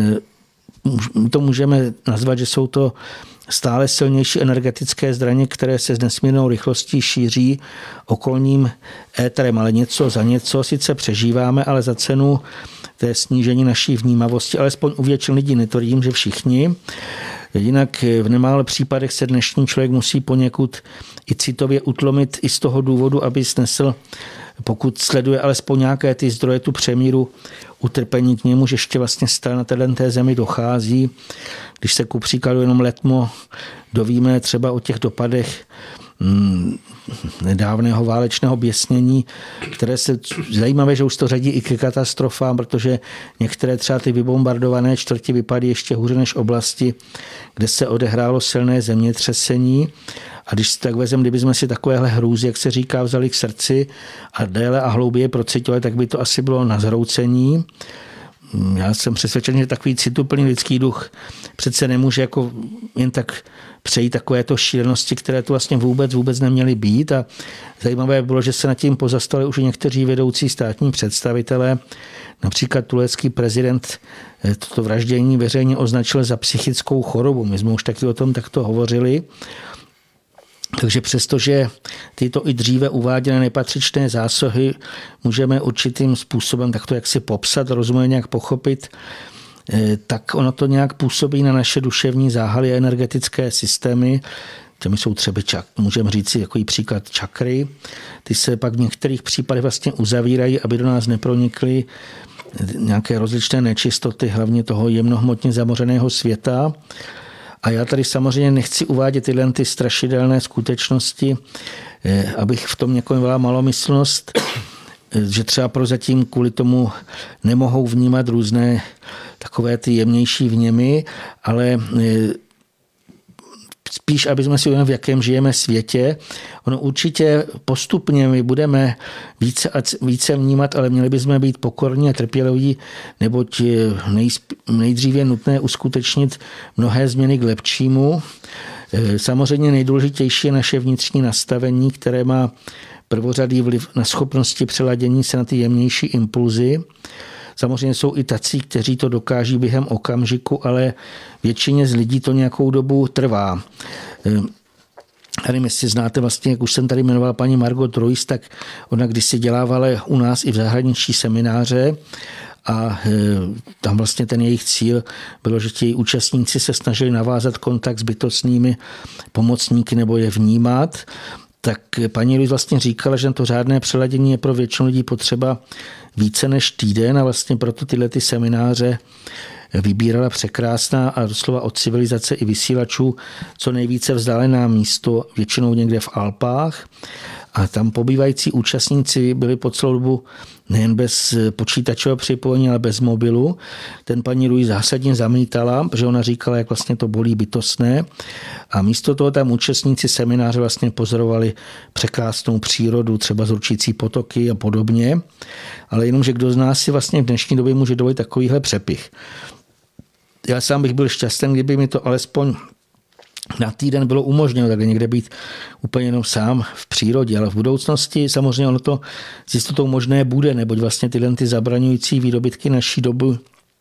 Speaker 3: to můžeme nazvat, že jsou to stále silnější energetické zbraně, které se s nesmírnou rychlostí šíří okolním éterem, ale něco za něco sice přežíváme, ale za cenu té snížení naší vnímavosti, alespoň u většiny lidí, netvrdím, že všichni. Jinak v nemálo případech se dnešní člověk musí poněkud i citově utlomit i z toho důvodu, aby snesl pokud sleduje alespoň nějaké ty zdroje, tu přemíru utrpení, k němuž ještě vlastně stále na této zemi dochází. Když se ku příkladu jenom letmo dovíme třeba o těch dopadech hmm, nedávného válečného běsnění, které se zajímavé, že už to řadí i ke katastrofám, protože některé třeba ty vybombardované čtvrti vypadají ještě hůře než oblasti, kde se odehrálo silné zemětřesení. A když si tak vezem, kdybychom si takovéhle hrůzy, jak se říká, vzali k srdci a déle a hlouběji procítili, tak by to asi bylo na zhroucení. Já jsem přesvědčen, že takový cituplný lidský duch přece nemůže jako jen tak přejít takovéto šílenosti, které tu vlastně vůbec, vůbec neměly být. A zajímavé bylo, že se nad tím pozastali už někteří vedoucí státní představitelé. Například turecký prezident toto vraždění veřejně označil za psychickou chorobu. My jsme už taky o tom takto hovořili. Takže přestože tyto i dříve uváděné nepatřičné zásahy můžeme určitým způsobem takto jaksi popsat, rozumně nějak pochopit, tak ono to nějak působí na naše duševní záhaly a energetické systémy. Těmi jsou třeba, můžeme říct si jako příklad čakry. Ty se pak v některých případech vlastně uzavírají, aby do nás nepronikly nějaké rozličné nečistoty, hlavně toho jemnohmotně zamořeného světa. A já tady samozřejmě nechci uvádět tyhle ty strašidelné skutečnosti, abych v tom někoho měla malomyslnost, že třeba prozatím kvůli tomu nemohou vnímat různé takové ty jemnější vněmy, ale spíš, aby jsme si uvědomili, v jakém žijeme světě. Ono určitě postupně my budeme více a více vnímat, ale měli bychom být pokorní a trpěliví, neboť nejdříve je nutné uskutečnit mnohé změny k lepšímu. Samozřejmě nejdůležitější je naše vnitřní nastavení, které má prvořadý vliv na schopnosti přeladění se na ty jemnější impulzy. Samozřejmě jsou i tací, kteří to dokáží během okamžiku, ale většině z lidí to nějakou dobu trvá. Já nevím, jestli znáte vlastně, jak už jsem tady jmenoval paní Margot Ruiz, tak ona kdysi dělávala u nás i v zahraničí semináře a tam vlastně ten jejich cíl bylo, že ti účastníci se snažili navázat kontakt s bytostnými pomocníky nebo je vnímat. Tak paní Ruiz vlastně říkala, že na to řádné přeladění je pro většinu lidí potřeba více než týden a vlastně proto tyhle ty semináře vybírala překrásná a doslova od civilizace i vysílačů co nejvíce vzdálená místo, většinou někde v Alpách. A tam pobývající účastníci byli po celou dobu nejen bez počítačového připojení, ale bez mobilu. Ten paní Ruiz zásadně zamítala, protože ona říkala, jak vlastně to bolí bytostné. A místo toho tam účastníci semináře vlastně pozorovali překrásnou přírodu, třeba zručící potoky a podobně. Ale jenom, že kdo z nás si vlastně v dnešní době může dovolit takovýhle přepich. Já sám bych byl šťastný, kdyby mi to alespoň na týden bylo umožněno takhle někde být úplně jenom sám v přírodě, ale v budoucnosti samozřejmě ono to s jistotou možné bude, neboť vlastně tyhle ty zabraňující výdobytky naší doby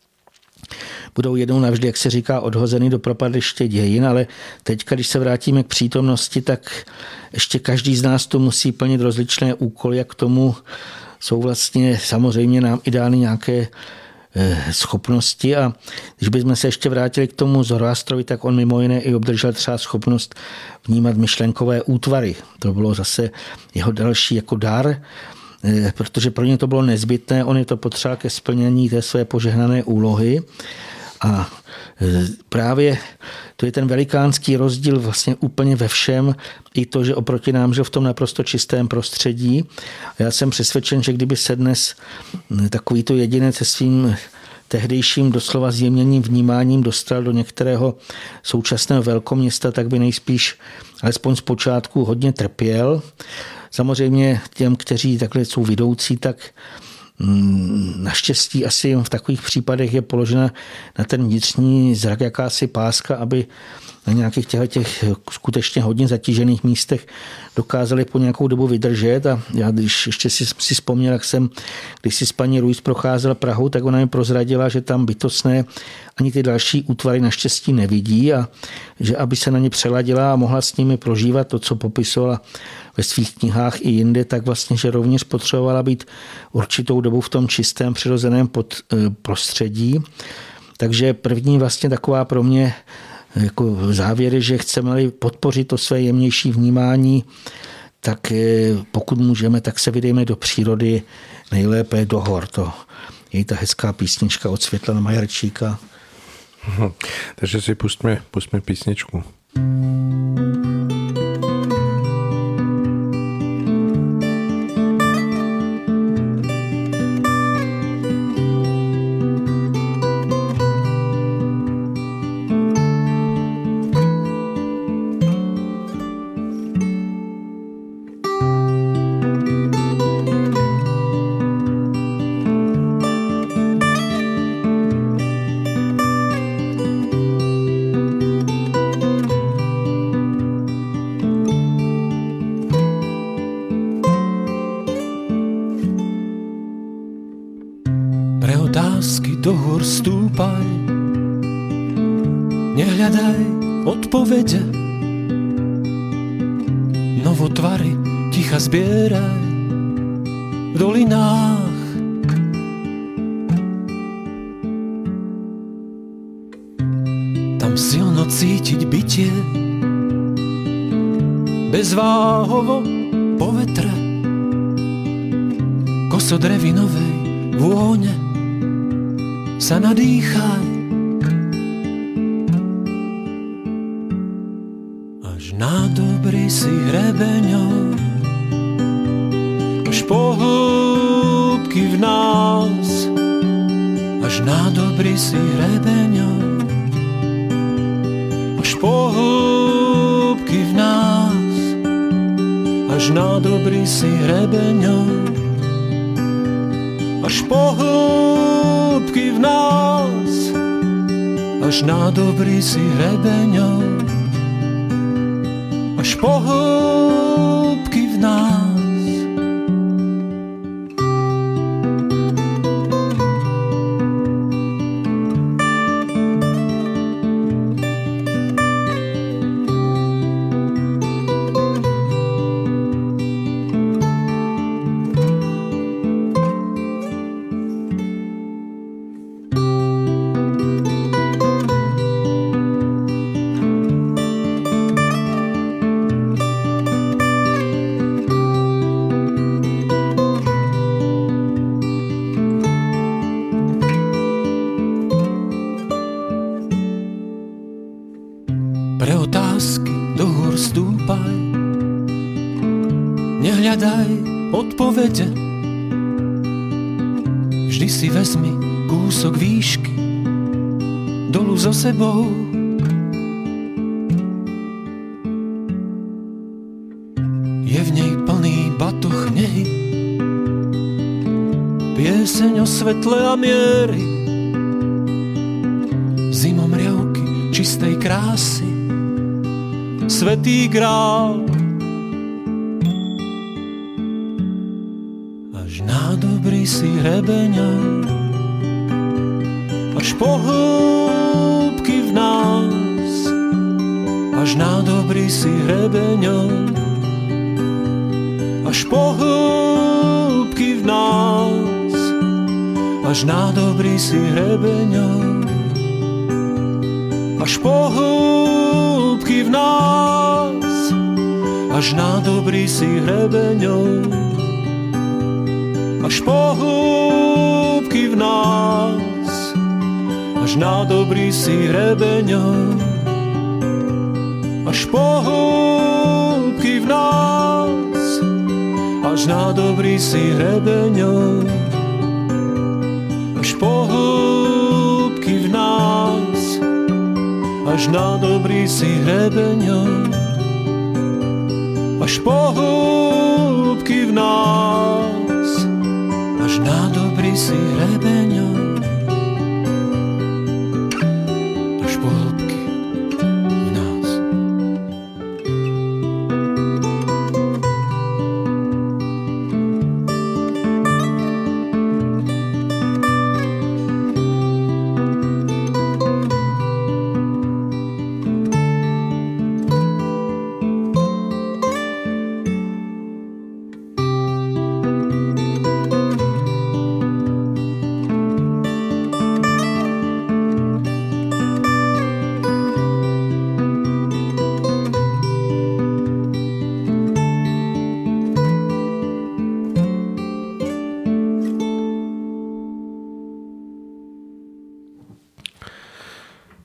Speaker 3: budou jednou navždy, jak se říká, odhozeny do propadliště dějin, ale teď, když se vrátíme k přítomnosti, tak ještě každý z nás to musí plnit rozličné úkoly, jak k tomu jsou vlastně samozřejmě nám i dány nějaké schopnosti a když bychom se ještě vrátili k tomu Zoroastrovi, tak on mimo jiné i obdržel třeba schopnost vnímat myšlenkové útvary. To bylo zase jeho další jako dar, protože pro ně to bylo nezbytné, on je to potřeboval ke splnění té své požehnané úlohy a právě to je ten velikánský rozdíl vlastně úplně ve všem, i to, že oproti nám žil v tom naprosto čistém prostředí. Já jsem přesvědčen, že kdyby se dnes takovýto jedinec se svým tehdejším doslova zjemněným vnímáním dostal do některého současného velkoměsta, tak by nejspíš alespoň zpočátku hodně trpěl. Samozřejmě těm, kteří takhle jsou vidoucí, tak naštěstí asi v takových případech je položena na ten vnitřní zrak jakási páska, aby na nějakých těch skutečně hodně zatížených místech dokázali po nějakou dobu vydržet. A já když ještě si, si vzpomněl, jak jsem, když si s paní Ruiz procházel Prahou, tak ona mi prozradila, že tam bytostné ani ty další útvary naštěstí nevidí a že aby se na ně přeladila a mohla s nimi prožívat to, co popisovala ve svých knihách i jinde, tak vlastně, že rovněž potřebovala být určitou dobu v tom čistém přirozeném pod, prostředí. Takže první vlastně taková pro mě jako závěr, že chceme-li podpořit to své jemnější vnímání, tak pokud můžeme, tak se vydejme do přírody, nejlépe do hor. To je ta hezká písnička od Světlana Majerčíka.
Speaker 2: Hm, takže si pustíme, pustíme písničku.
Speaker 4: Do hor stúpaj, nehľadaj odpovede, novotvary ticha zbieraj v dolinách. Tam silno cítiť bytie, bezváhovo po vetre, kosodrevinovej vône sa nadýchaj, až nádobrí si hrebeňov, až po hĺbky v nás, až nádobrí si hrebeňov, až po hĺbky v nás, až nádobrí si hrebeňov, až po hĺbky v nás, až nádobrí si hrebeňov, až po hĺbky v nás. Odpovede, vždy si vezmi kúsok výšky dolu so sebou. Je v nej plný batoh nehy, pieseň o svetle a miery, zimomriavky čistej krásy, svätý grál. Nádobrí si hrebeňov, až po hĺbky v nás, až nádobrí si hrebeňov, až po hĺbky v nás, až nádobrí si hrebeňov, až po hĺbky v nás, až nádobrí si hrebeňov, až po hĺbky v nás, až nádobrí si hrebeňov, až po hĺbky v nás, až nádobrí si hrebeňov, až po hĺbky v nás, až nádobrí si hrebeňov, až po hĺbky v nás, až nádobrí si hrebeňov, až po hĺbky v nás.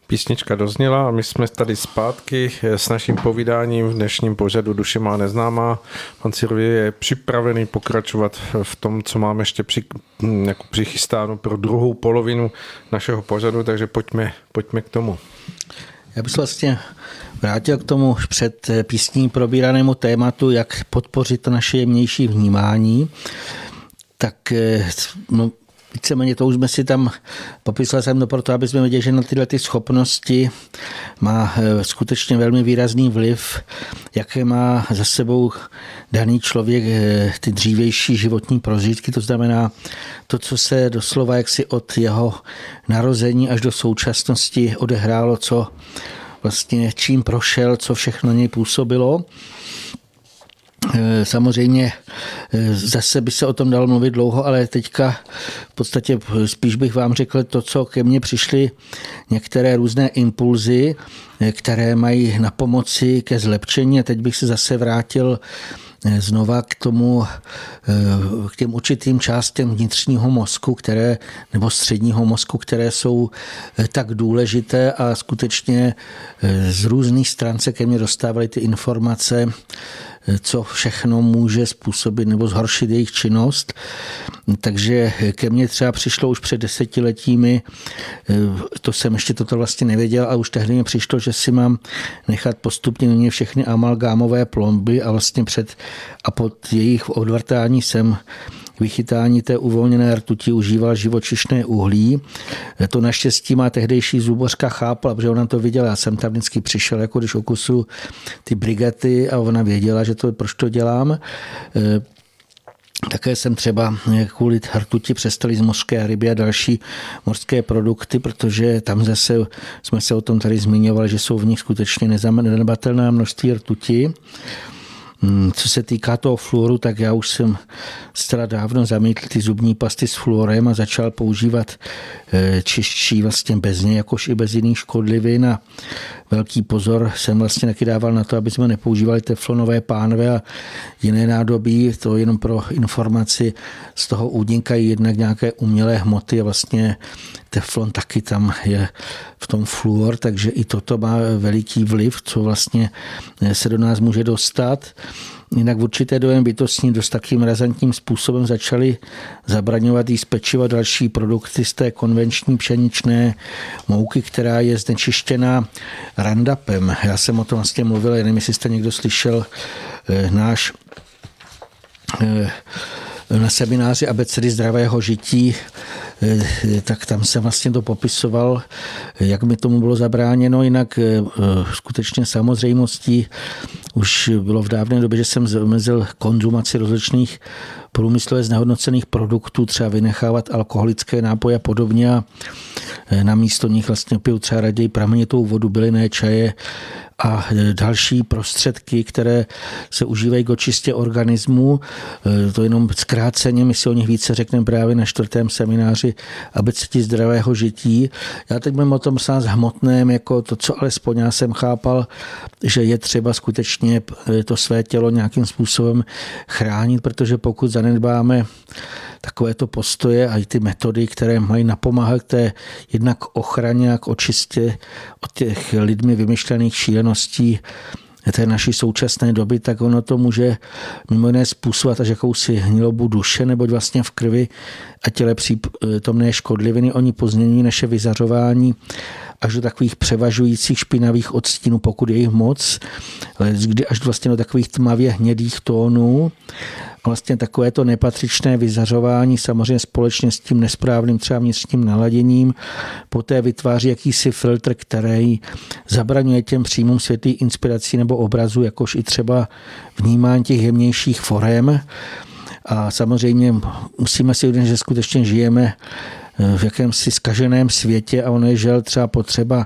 Speaker 2: Písnička dozněla a my jsme tady zpátky s naším povídáním v dnešním pořadu Duše má neznámá. Pan Sirvy je připravený pokračovat v tom, co máme ještě při, jako přichystáno pro druhou polovinu našeho pořadu, takže pojďme, pojďme k tomu.
Speaker 3: Já bych se vlastně vrátil k tomu už před písní probíranému tématu, jak podpořit to naše jemnější vnímání. Tak no, víceméně to už jsme si tam, popisoval jsem to proto, aby jsme viděli, že na tyhle ty schopnosti má skutečně velmi výrazný vliv, jaké má za sebou daný člověk ty dřívější životní prožitky, to znamená to, co se doslova jaksi od jeho narození až do současnosti odehrálo, co vlastně čím prošel, co všechno na něj působilo. Samozřejmě zase by se o tom dalo mluvit dlouho, ale teďka v podstatě spíš bych vám řekl to, co ke mně přišly některé různé impulzy, které mají na pomoci ke zlepšení. A teď bych se zase vrátil znova k tomu, k těm určitým částem vnitřního mozku, které, nebo středního mozku, které jsou tak důležité a skutečně z různých stran se ke mně dostávaly ty informace, co všechno může způsobit nebo zhoršit jejich činnost. Takže ke mně třeba přišlo už před desetiletími, to jsem ještě toto vlastně nevěděl, a už tehdy mi přišlo, že si mám nechat postupně mě všechny amalgámové plomby a vlastně před a pod jejich odvrtání jsem vychytání té uvolněné rtuti užíval živočišné uhlí. To naštěstí má tehdejší zubořka chápala, protože ona to viděla. Já jsem tam vždycky přišel, jako když okusu ty brigety, a ona věděla, že to, proč to dělám. Také jsem třeba kvůli rtuti přestali z mořské ryby a další mořské produkty, protože tam zase jsme se o tom tady zmiňovali, že jsou v nich skutečně nezanedbatelné množství rtuti. Co se týká toho fluoru, tak já už jsem zcela dávno zamítl ty zubní pasty s fluorem a začal používat čistší vlastně bez něj, jakož i bez jiných škodlivin, a velký pozor jsem vlastně taky dával na to, aby jsme nepoužívali teflonové pánve a jiné nádobí. To jenom pro informaci, z toho údnikají jednak nějaké umělé hmoty a vlastně teflon taky tam je v tom fluor, takže i toto má veliký vliv, co vlastně se do nás může dostat. Jinak v určité době bytostní dost takým razantním způsobem začaly zabraňovat jíst pečiva další produkty z té konvenční pšeničné mouky, která je znečištěná Roundupem. Já jsem o tom vlastně mluvil, nevím, jestli jste někdo slyšel náš na semináři Abecedy zdravého žití, tak tam jsem vlastně to popisoval, jak mi tomu bylo zabráněno. Jinak skutečně samozřejmostí už bylo v dávné době, že jsem zamezil konzumaci rozličných průmyslově znehodnocených produktů, třeba vynechávat alkoholické nápoje a podobně, a na místo nich vlastně piju třeba raději pramenitou vodu, bylinné čaje a další prostředky, které se užívají k očistě organismu. To jenom zkráceně, my si o nich více řekneme právě na čtvrtém semináři Abecedy zdravého žití. Já teď mluvím o tom sám hmotném, jako to, co alespoň já jsem chápal, že je třeba skutečně to své tělo nějakým způsobem chránit, protože pokud zanedbáme takovéto postoje a i ty metody, které mají napomáhat té jednak ochraně a k očistě od těch lidmi vymyšlených šíleností té naší současné doby, tak ono to může mimo jiné způsobovat až jakousi hnilobu duše, neboť vlastně v krvi a těle přítomné škodliviny oni pozměňují naše vyzařování až do takových převažujících špinavých odstínů, pokud je jich moc, kdy až vlastně do takových tmavě hnědých tónů. A vlastně takovéto nepatřičné vyzařování samozřejmě společně s tím nesprávným třeba vnitřním naladěním poté vytváří jakýsi filtr, který zabraňuje těm příjmům světlých inspirací nebo obrazů, jakož i třeba vnímání těch jemnějších forem. A samozřejmě musíme si uvědomit, že skutečně žijeme v jakémsi zkaženém světě a ono je žel třeba potřeba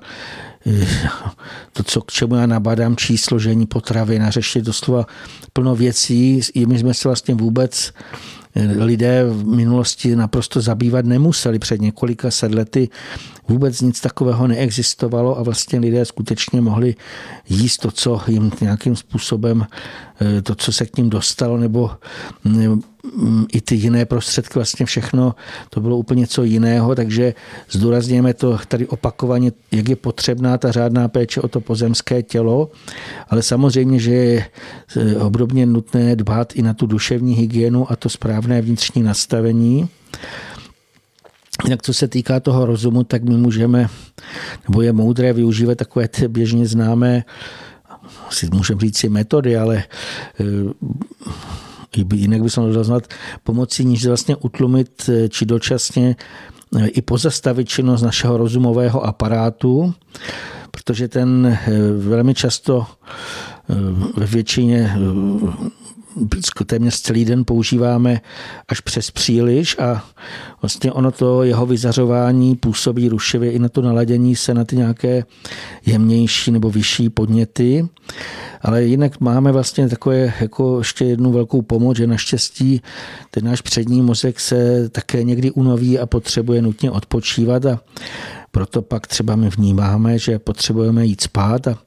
Speaker 3: to, co, k čemu já nabádám, číst složení potravin a řešit doslova plno věcí, my jsme se vlastně vůbec lidé v minulosti naprosto zabývat nemuseli. Před několika set lety vůbec nic takového neexistovalo a vlastně lidé skutečně mohli jíst to, co jim nějakým způsobem, to, co se k ním dostalo, nebo i ty jiné prostředky, vlastně všechno to bylo úplně něco jiného, takže zdůrazněme to tady opakovaně, jak je potřebná ta řádná péče o to pozemské tělo, ale samozřejmě, že je obdobně nutné dbát i na tu duševní hygienu a to správné vnitřní nastavení. Jinak co se týká toho rozumu, tak my můžeme, nebo je moudré využívat takové ty běžně známé, asi můžeme říct si metody, ale jinak bychom to doznat, pomocí níž vlastně utlumit či dočasně i pozastavit činnost našeho rozumového aparátu, protože ten velmi často ve většině téměř celý den používáme až přes příliš a vlastně ono to jeho vyzařování působí rušivě i na to naladění se na ty nějaké jemnější nebo vyšší podněty. Ale jinak máme vlastně takové jako ještě jednu velkou pomoc, že naštěstí ten náš přední mozek se také někdy unaví a potřebuje nutně odpočívat a proto pak třeba my vnímáme, že potřebujeme jít spát a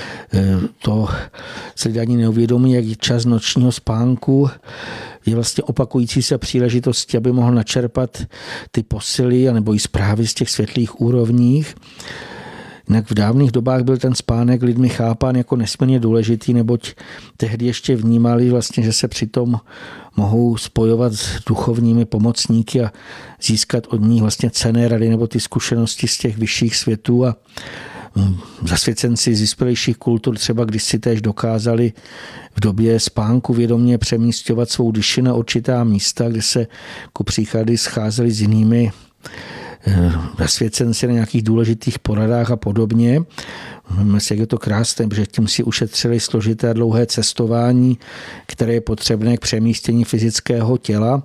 Speaker 3: to se lidé ani neuvědomí, jak čas nočního spánku je vlastně opakující se příležitosti, aby mohl načerpat ty posily nebo i zprávy z těch světlých úrovních. Jinak v dávných dobách byl ten spánek lidmi chápán jako nesmírně důležitý, neboť tehdy ještě vnímali vlastně, že se přitom mohou spojovat s duchovními pomocníky a získat od nich vlastně cenné rady nebo ty zkušenosti z těch vyšších světů a zasvěcenci z vyspělejších kultur třeba když si též dokázali v době spánku vědomě přemísťovat svou duši na určitá místa, kde se ku příkladu scházeli s jinými zasvěcenci na nějakých důležitých poradách a podobně. Myslím si, jak je to krásné, protože tím si ušetřili složité a dlouhé cestování, které je potřebné k přemístění fyzického těla.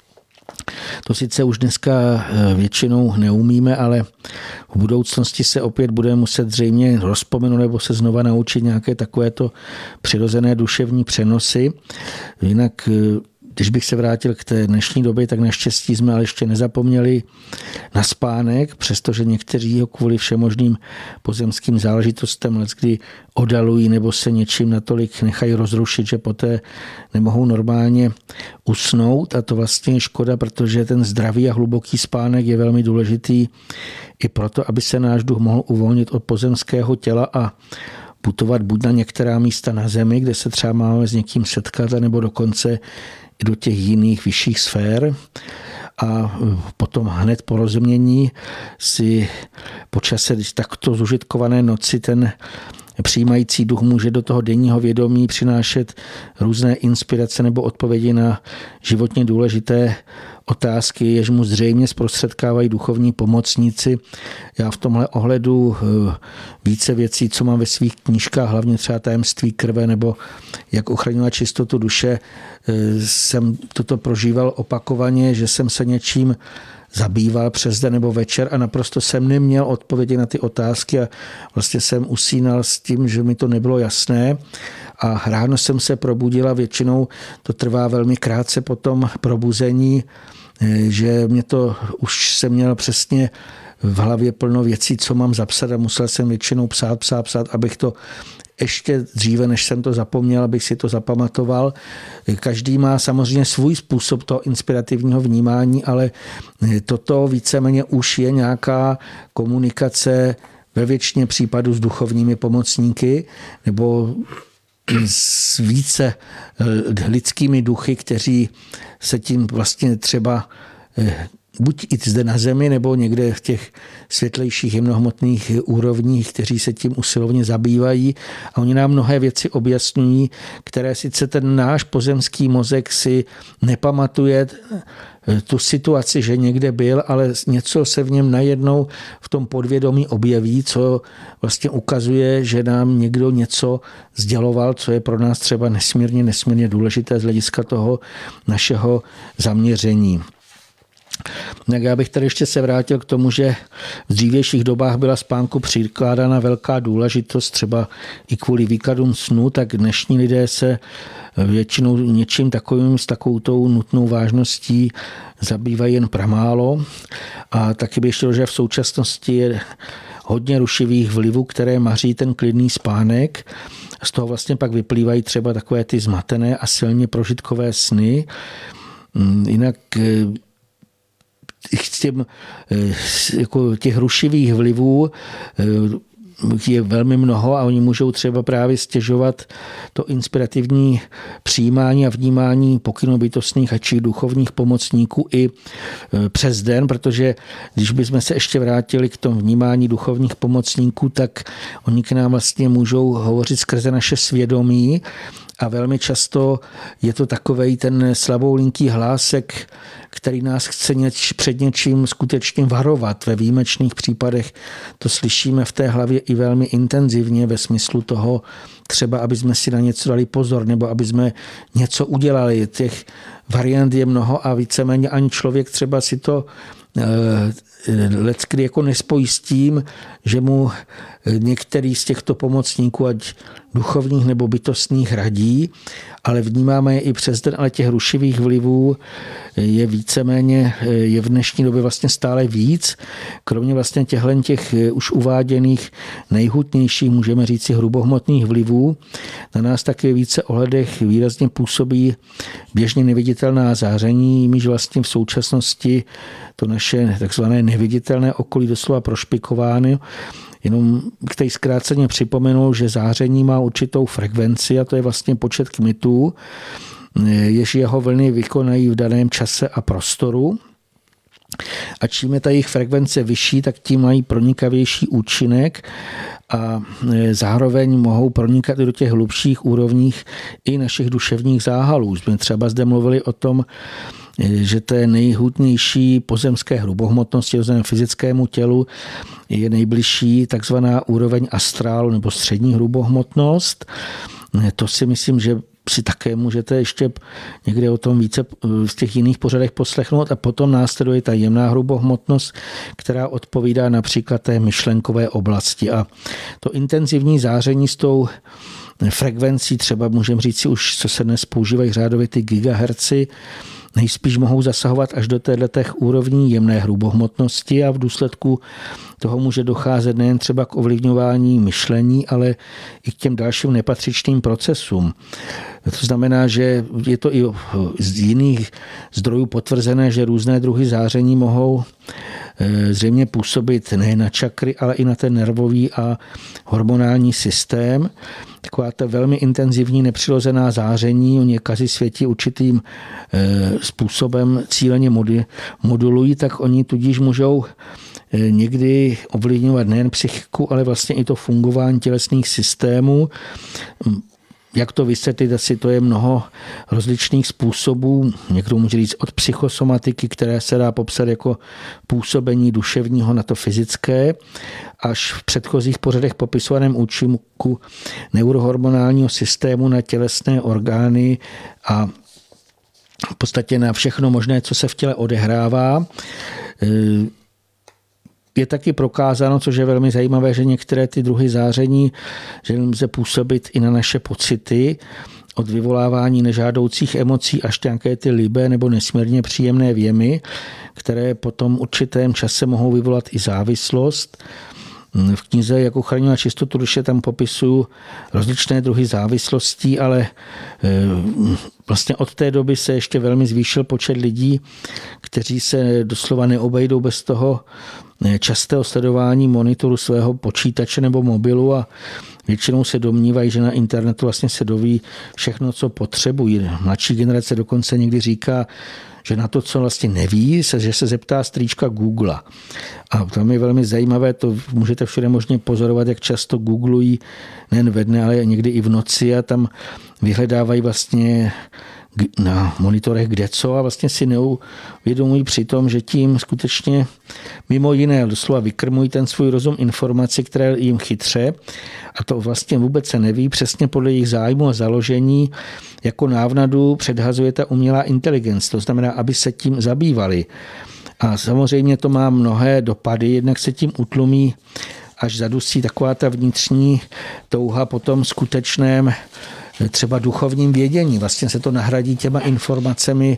Speaker 3: To sice už dneska většinou neumíme, ale v budoucnosti se opět budeme muset zřejmě rozpomenout nebo se znova naučit nějaké takovéto přirozené duševní přenosy. Jinak, když bych se vrátil k té dnešní době, tak naštěstí jsme ale ještě nezapomněli na spánek, přestože někteří ho kvůli všemožným pozemským záležitostem leckdy odalují nebo se něčím natolik nechají rozrušit, že poté nemohou normálně usnout a to vlastně je škoda, protože ten zdravý a hluboký spánek je velmi důležitý i proto, aby se náš duch mohl uvolnit od pozemského těla a putovat buď na některá místa na zemi, kde se třeba máme s někým setkat, nebo dokonce i do těch jiných vyšších sfér. A potom hned po rozumění si po čase, když takto zužitkované noci ten přijímající duch může do toho denního vědomí přinášet různé inspirace nebo odpovědi na životně důležité otázky, jež mu zřejmě zprostředkávají duchovní pomocníci. Já v tomhle ohledu více věcí, co mám ve svých knížkách, hlavně třeba Tajemství krve nebo Jak ochraňovat čistotu duše, jsem toto prožíval opakovaně, že jsem se něčím zabýval přes den nebo večer a naprosto jsem neměl odpovědi na ty otázky a vlastně jsem usínal s tím, že mi to nebylo jasné a ráno jsem se probudil a většinou to trvá velmi krátce po tom probuzení, že mě to už jsem měl přesně v hlavě plno věcí, co mám zapsat a musel jsem většinou psát, psát, psát, abych to ještě dříve, než jsem to zapomněl, abych si to zapamatoval. Každý má samozřejmě svůj způsob toho inspirativního vnímání, ale toto víceméně už je nějaká komunikace ve většině případů s duchovními pomocníky nebo s více lidskými duchy, kteří se tím vlastně třeba buď i zde na zemi, nebo někde v těch světlejších hmotných úrovních, kteří se tím usilovně zabývají. A oni nám mnohé věci objasňují, které sice ten náš pozemský mozek si nepamatuje tu situaci, že někde byl, ale něco se v něm najednou v tom podvědomí objeví, co vlastně ukazuje, že nám někdo něco sděloval, co je pro nás třeba nesmírně, nesmírně důležité z hlediska toho našeho zaměření. Tak já bych tady ještě se vrátil k tomu, že v dřívějších dobách byla spánku přikládána velká důležitost, třeba i kvůli výkladům snu, tak dnešní lidé se většinou něčím takovým s takovou nutnou vážností zabývají jen pramálo. A taky bych ještě, že v současnosti je hodně rušivých vlivů, které maří ten klidný spánek. Z toho vlastně pak vyplývají třeba takové ty zmatené a silně prožitkové sny. Jinak těm, jako těch rušivých vlivů je velmi mnoho a oni můžou třeba právě stěžovat to inspirativní přijímání a vnímání pokynů bytostných a či duchovních pomocníků i přes den, protože když bychom se ještě vrátili k tomu vnímání duchovních pomocníků, tak oni k nám vlastně můžou hovořit skrze naše svědomí a velmi často je to takovej ten slaboulinký hlásek, který nás chce něč, před něčím skutečně varovat. Ve výjimečných případech to slyšíme v té hlavě i velmi intenzivně ve smyslu toho, třeba aby jsme si na něco dali pozor, nebo aby jsme něco udělali. Těch variant je mnoho a víceméně ani člověk třeba si to leckdy jako nespojí s tím, že mu některý z těchto pomocníků, ať duchovních nebo bytostných, radí, ale vnímáme je i přes den, ale těch rušivých vlivů je víceméně, je v dnešní době vlastně stále víc. Kromě vlastně těchto těch už uváděných nejhutnějších, můžeme říci, hrubohmotných vlivů, na nás taky více ohledech výrazně působí běžně neviditelná záření, jimiž vlastně v současnosti to naše takzvané neviditelné okolí doslova prošpikováno. Jenom k té zkráceně připomenul, že záření má určitou frekvenci a to je vlastně počet kmitů, jež jeho vlny vykonají v daném čase a prostoru. A čím je ta jejich frekvence vyšší, tak tím mají pronikavější účinek a zároveň mohou pronikat i do těch hlubších úrovních i našich duševních záhalů. Jsme třeba zde mluvili o tom, že to je nejhutnější pozemské hrubohmotnosti, to znamená fyzickému tělu, je nejbližší takzvaná úroveň astrálu nebo střední hrubohmotnost. To si myslím, že si také můžete ještě někde o tom více v těch jiných pořadech poslechnout a potom následuje ta jemná hrubohmotnost, která odpovídá například té myšlenkové oblasti. A to intenzivní záření s tou frekvencí, třeba můžeme říct si už, co se dnes používají řádově ty gigahertzy, nejspíš mohou zasahovat až do této úrovní jemné hrubohmotnosti a v důsledku toho může docházet nejen třeba k ovlivňování myšlení, ale i k těm dalším nepatřičným procesům. To znamená, že je to i z jiných zdrojů potvrzené, že různé druhy záření mohou zřejmě působit nejen na čakry, ale i na ten nervový a hormonální systém. Taková ta velmi intenzivní nepřirozená záření, oni kazy světí určitým způsobem cíleně modulují, tak oni tudíž můžou někdy ovlivňovat nejen psychiku, ale vlastně i to fungování tělesných systémů. Jak to vysvětlit, asi to je mnoho rozličných způsobů. Někdo může říct od psychosomatiky, které se dá popsat jako působení duševního na to fyzické, až v předchozích pořadech popisovaném účinku neurohormonálního systému na tělesné orgány a v podstatě na všechno možné, co se v těle odehrává. Je taky prokázáno, což je velmi zajímavé, že některé ty druhy záření, že lze působit i na naše pocity, od vyvolávání nežádoucích emocí až nějaké ty libé nebo nesmírně příjemné věmy, které potom v určitém čase mohou vyvolat i závislost. V knize Jak uchraňovat čistotu duše tam popisuju rozličné druhy závislostí, ale vlastně od té doby se ještě velmi zvýšil počet lidí, kteří se doslova neobejdou bez toho častého sledování monitoru svého počítače nebo mobilu a většinou se domnívají, že na internetu vlastně se doví všechno, co potřebují. Mladší generace dokonce někdy říká, že na to, co vlastně neví, se, že se zeptá strýčka Google. A tam je velmi zajímavé, to můžete všude možně pozorovat, jak často googlují nejen ve dne, ale někdy i v noci a tam vyhledávají vlastně na monitorech kdeco a vlastně si neuvědomují přitom, že tím skutečně mimo jiné doslova vykrmují ten svůj rozum informací, které jim chytře a to vlastně vůbec se neví přesně podle jejich zájmu a založení jako návnadu předhazuje ta umělá inteligence, to znamená, aby se tím zabývali. A samozřejmě to má mnohé dopady, jednak se tím utlumí až zadusí taková ta vnitřní touha po tom skutečném třeba duchovním vědění. Vlastně se to nahradí těma informacemi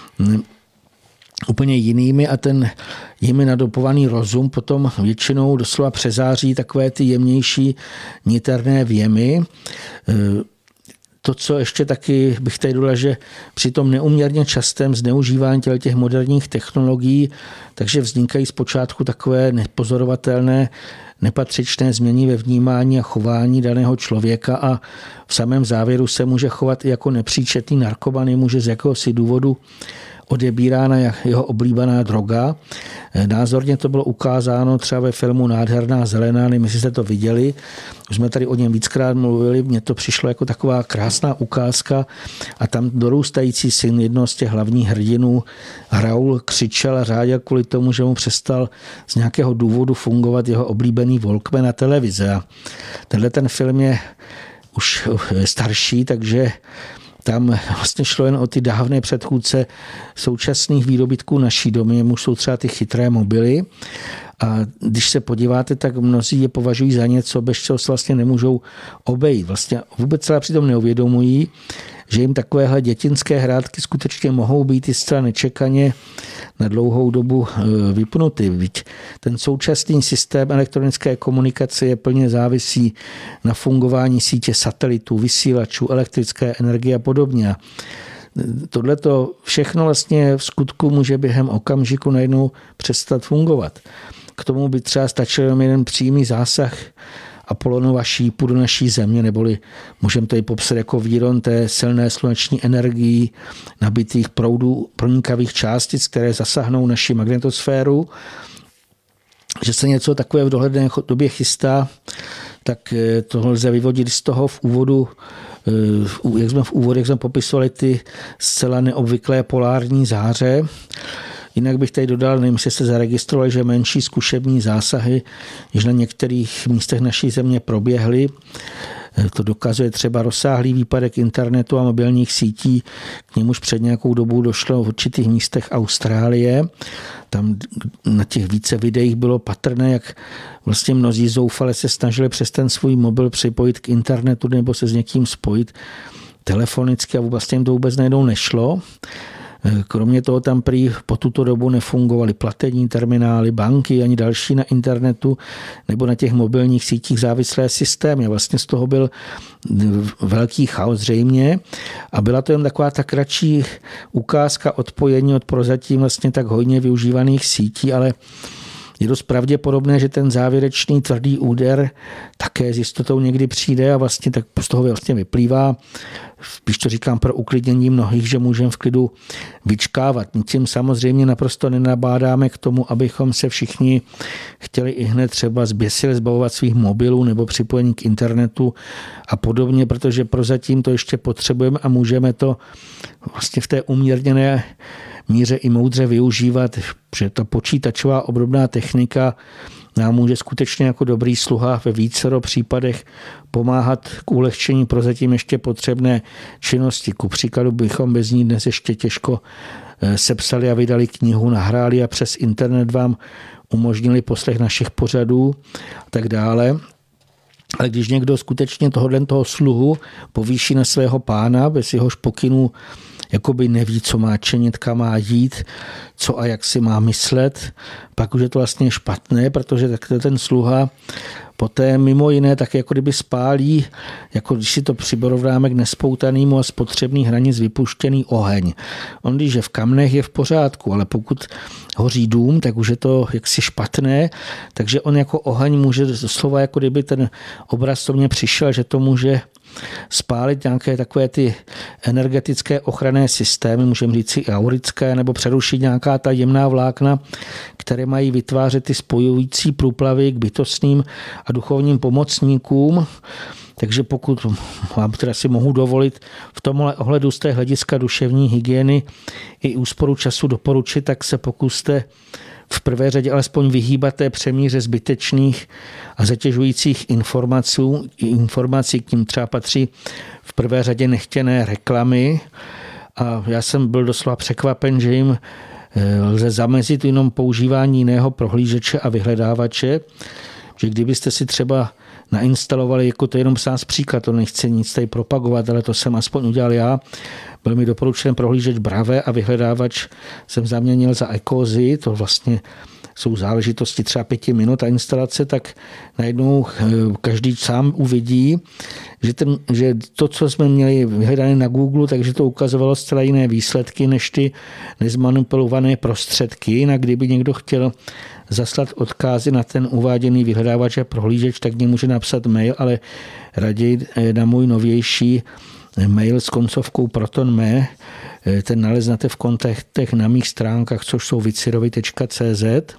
Speaker 3: úplně jinými a ten jimi nadopovaný rozum potom většinou doslova přezáří takové ty jemnější niterné věmy. to, co ještě taky bych tady dodal, že při tom neuměrně častém zneužívání těch moderních technologií, takže vznikají zpočátku takové nepozorovatelné, nepatřičné změny ve vnímání a chování daného člověka a v samém závěru se může chovat i jako nepříčetný narkoman, může z jakéhosi důvodu odebírána jeho oblíbená droga. Názorně to bylo ukázáno třeba ve filmu Nádherná zelená, nevím, jestli jste to viděli. Už jsme tady o něm víckrát mluvili, mně to přišlo jako taková krásná ukázka a tam dorůstající syn jednoho z těch hlavních hrdinů Raul křičel a řáděl kvůli tomu, že mu přestal z nějakého důvodu fungovat jeho oblíbený Walkman na televize. A tenhle ten film je už starší, takže tam vlastně šlo jen o ty dávné předchůdce současných výdobytků naší domy, jemuž jsou třeba ty chytré mobily. A když se podíváte, tak mnozí je považují za něco, bez čeho se vlastně nemůžou obejít. Vlastně vůbec celé přitom neuvědomují, že jim takovéhle dětinské hrátky skutečně mohou být i zcela nečekaně na dlouhou dobu vypnuty. Víť ten současný systém elektronické komunikace je plně závisí na fungování sítě satelitů, vysílačů, elektrické energie a podobně. Tohleto všechno vlastně v skutku může během okamžiku najednou přestat fungovat. K tomu by třeba stačil jenom jeden přímý zásah Apolonova šípu do naší země, neboli můžeme to i popsat jako výron té silné sluneční energií nabitých proudů pronikavých částic, které zasahnou naši magnetosféru. Že se něco takové v dohledné době chystá, tak to lze vyvodit z toho v úvodu, jak jsme v úvodu, jak jsme popisovali ty zcela neobvyklé polární záře. Jinak bych tady dodal, nevím, jestli se zaregistrovali, že menší zkušební zásahy, již na některých místech naší země proběhly. To dokazuje třeba rozsáhlý výpadek internetu a mobilních sítí, k němuž před nějakou dobou došlo v určitých místech Austrálie. Tam na těch více videích bylo patrné, jak vlastně mnozí zoufale se snažili přes ten svůj mobil připojit k internetu nebo se s někým spojit telefonicky a vlastně jim to vůbec najednou nešlo. Kromě toho tam prý po tuto dobu nefungovaly platební terminály, banky ani další na internetu nebo na těch mobilních sítích závislé systémy. A vlastně z toho byl velký chaos zřejmě a byla to jen taková ta kratší ukázka odpojení od prozatím vlastně tak hojně využívaných sítí, ale je dost pravděpodobné, že ten závěrečný tvrdý úder také s jistotou někdy přijde a vlastně tak z toho vlastně vyplývá, když to říkám pro uklidnění mnohých, že můžeme v klidu vyčkávat. My tím samozřejmě naprosto nenabádáme k tomu, abychom se všichni chtěli i hned třeba zběsile zbavovat svých mobilů nebo připojení k internetu a podobně, protože prozatím to ještě potřebujeme a můžeme to vlastně v té umírněné míře i moudře využívat, že ta počítačová obdobná technika nám může skutečně jako dobrý sluha ve vícero případech pomáhat k ulehčení prozatím ještě potřebné činnosti. Ku příkladu bychom bez ní dnes ještě těžko sepsali a vydali knihu, nahráli a přes internet vám umožnili poslech našich pořadů a tak dále. Ale když někdo skutečně tohohle toho sluhu povýší na svého pána, bez jehož pokynů jakoby neví, co má činit, kam má jít, co a jak si má myslet, pak už je to vlastně špatné, protože ten sluha poté mimo jiné tak jako kdyby spálí, jako když si to přiborovnáme k nespoutanému a spotřebný hranic vypuštěný oheň. On když je v kamnech, je v pořádku, ale pokud hoří dům, tak už je to jaksi špatné, takže on jako oheň může doslova, jako kdyby ten obraz to mně přišel, že to může spálit nějaké takové ty energetické ochranné systémy, můžeme říct si aurické, nebo přerušit nějaká ta jemná vlákna, které mají vytvářet ty spojující průplavy k bytostným a duchovním pomocníkům. Takže pokud vám teda si mohu dovolit v tomhle ohledu z té hlediska duševní hygieny i úsporu času doporučit, tak se pokuste v prvé řadě alespoň vyhýbat té přemíře zbytečných a zatěžujících informací. Informací k ním třeba patří v prvé řadě nechtěné reklamy. A já jsem byl doslova překvapen, že jim lze zamezit jenom používání jiného prohlížeče a vyhledávače, že kdybyste si třeba nainstalovali, jako to je jenom sám příklad, to nechci nic tady propagovat, ale to jsem aspoň udělal já. Byl mi doporučen prohlížeč Brave a vyhledávač jsem zaměnil za Ecozy, to vlastně jsou záležitosti třeba pěti minut a instalace, tak najednou každý sám uvidí, že, ten, že to, co jsme měli vyhledané na Google, takže to ukazovalo zcela jiné výsledky než ty nezmanipulované prostředky. Jinak kdyby někdo chtěl zaslat odkazy na ten uváděný vyhledávač a prohlížeč, tak mě může napsat mail, ale raději na můj novější mail s koncovkou proton.me. Ten naleznete v kontaktech na mých stránkách, což jsou vicerovi tečka cé zet.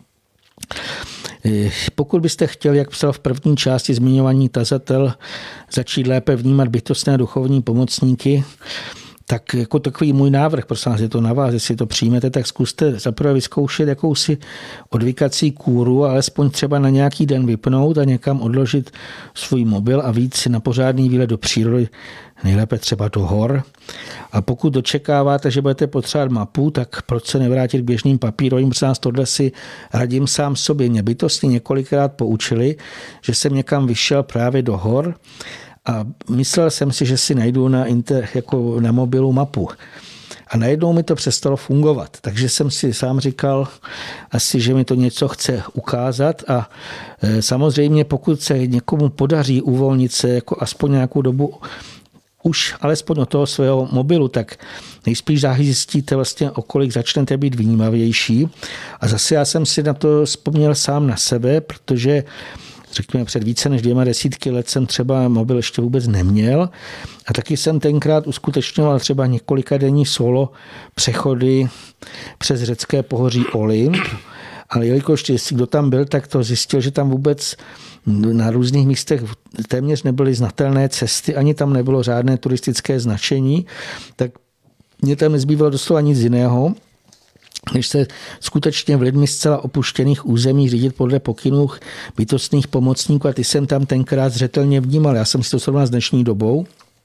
Speaker 3: Pokud byste chtěli, jak psal v první části zmiňovaný tazatel, začít lépe vnímat bytostné duchovní pomocníky, tak jako takový můj návrh, prosím vás, je to na vás, jestli to přijmete, tak zkuste zaprvé vyzkoušet jakousi odvykací kůru, alespoň třeba na nějaký den vypnout a někam odložit svůj mobil a víc na pořádný výlet do přírody, nejlépe třeba do hor. A pokud dočekáváte, že budete potřebovat mapu, tak proč se nevrátit k běžným papírovým, protože nás tohle si radím sám sobě. Mě bytostně několikrát poučili, že jsem někam vyšel právě do hor a myslel jsem si, že si najdu na, inter, jako na mobilu mapu. A najednou mi to přestalo fungovat. Takže jsem si sám říkal asi, že mi to něco chce ukázat a samozřejmě pokud se někomu podaří uvolnit se jako aspoň nějakou dobu už alespoň od toho svého mobilu, tak nejspíš záhy zjistíte vlastně, o kolik začnete být vnímavější. A zase já jsem si na to vzpomněl sám na sebe, protože řekněme před více než dvěma desítky let jsem třeba mobil ještě vůbec neměl a taky jsem tenkrát uskutečňoval třeba několika denní solo přechody přes řecké pohoří Olymp, ale jelikož jestli kdo tam byl, tak to zjistil, že tam vůbec na různých místech téměř nebyly znatelné cesty, ani tam nebylo žádné turistické značení, tak mě tam nezbývalo doslova nic jiného, než se skutečně v lidmi zcela opuštěných území řídit podle pokynů bytostných pomocníků a ty jsem tam tenkrát zřetelně vnímal. Já jsem si to srovnal s dnešní dobou,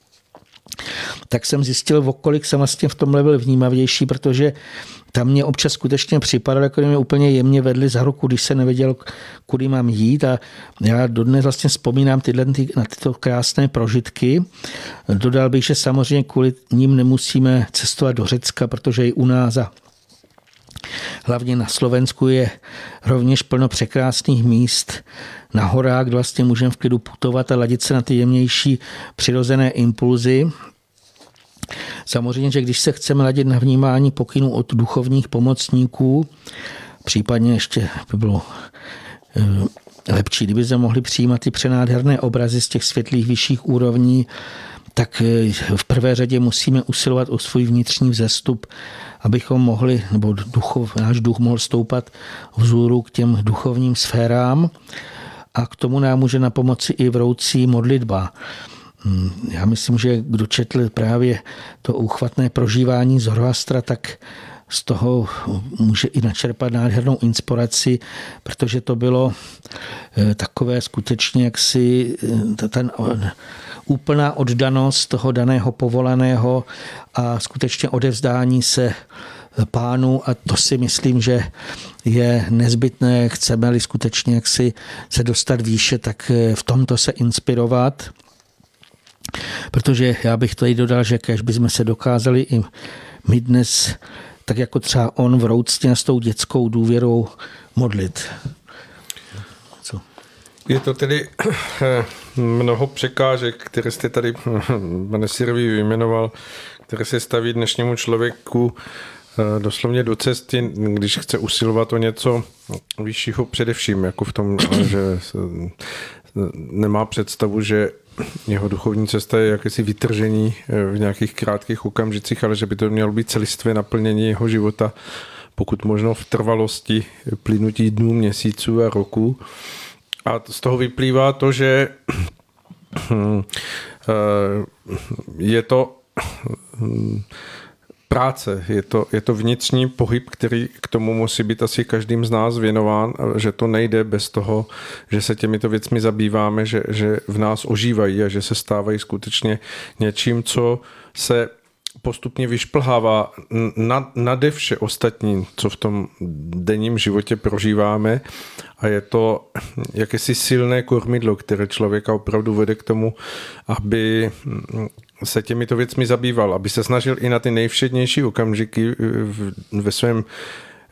Speaker 3: tak jsem zjistil, o kolik jsem vlastně v tomhle byl vnímavější, protože tam mě občas skutečně připadalo, jako mě úplně jemně vedli za ruku, když jsem nevěděl, kudy mám jít a já dodnes vlastně vzpomínám tyhle, ty, na tyto krásné prožitky. Dodal bych, že samozřejmě kvůli ním nemusíme cestovat do Řecka, protože i u nás a hlavně na Slovensku je rovněž plno překrásných míst na horách, kde vlastně můžeme v klidu putovat a ladit se na ty jemnější přirozené impulzy. Samozřejmě, že když se chceme ladit na vnímání pokynů od duchovních pomocníků, případně ještě by bylo lepší, kdyby se mohli přijímat ty přenádherné obrazy z těch světlých vyšších úrovní, tak v prvé řadě musíme usilovat o svůj vnitřní vzestup, abychom mohli, nebo duchov, náš duch mohl stoupat vzhůru k těm duchovním sférám a k tomu nám může na pomoci i vroucí modlitba. Já myslím, že kdo četl právě to úchvatné prožívání Zoroastra, tak z toho může i načerpat nádhernou inspiraci, protože to bylo takové skutečně jaksi ten úplná oddanost toho daného povolaného a skutečně odevzdání se Pánu a to si myslím, že je nezbytné, chceme-li skutečně jaksi se dostat výše, tak v tomto se inspirovat. Protože já bych tady dodal, že kež bychom se dokázali i my dnes, tak jako třeba on vroucně s tou dětskou důvěrou modlit. Co?
Speaker 2: Je to tedy mnoho překážek, které jste tady, pane Sirví, vyjmenoval, které se staví dnešnímu člověku doslovně do cesty, když chce usilovat o něco vyššího především, jako v tom, že nemá představu, že jeho duchovní cesta je jakési vytržení v nějakých krátkých okamžicích, ale že by to mělo být celistvé naplnění jeho života, pokud možno v trvalosti plynutí dnů, měsíců a roku. A z toho vyplývá to, že je to práce, je to, je to vnitřní pohyb, který k tomu musí být asi každým z nás věnován, že to nejde bez toho, že se těmito věcmi zabýváme, že, že v nás ožívají a že se stávají skutečně něčím, co se postupně vyšplhává nade vše ostatní, co v tom denním životě prožíváme a je to jakési silné kormidlo, které člověka opravdu vede k tomu, aby se těmito věcmi zabýval, aby se snažil i na ty nejvšednější okamžiky ve svém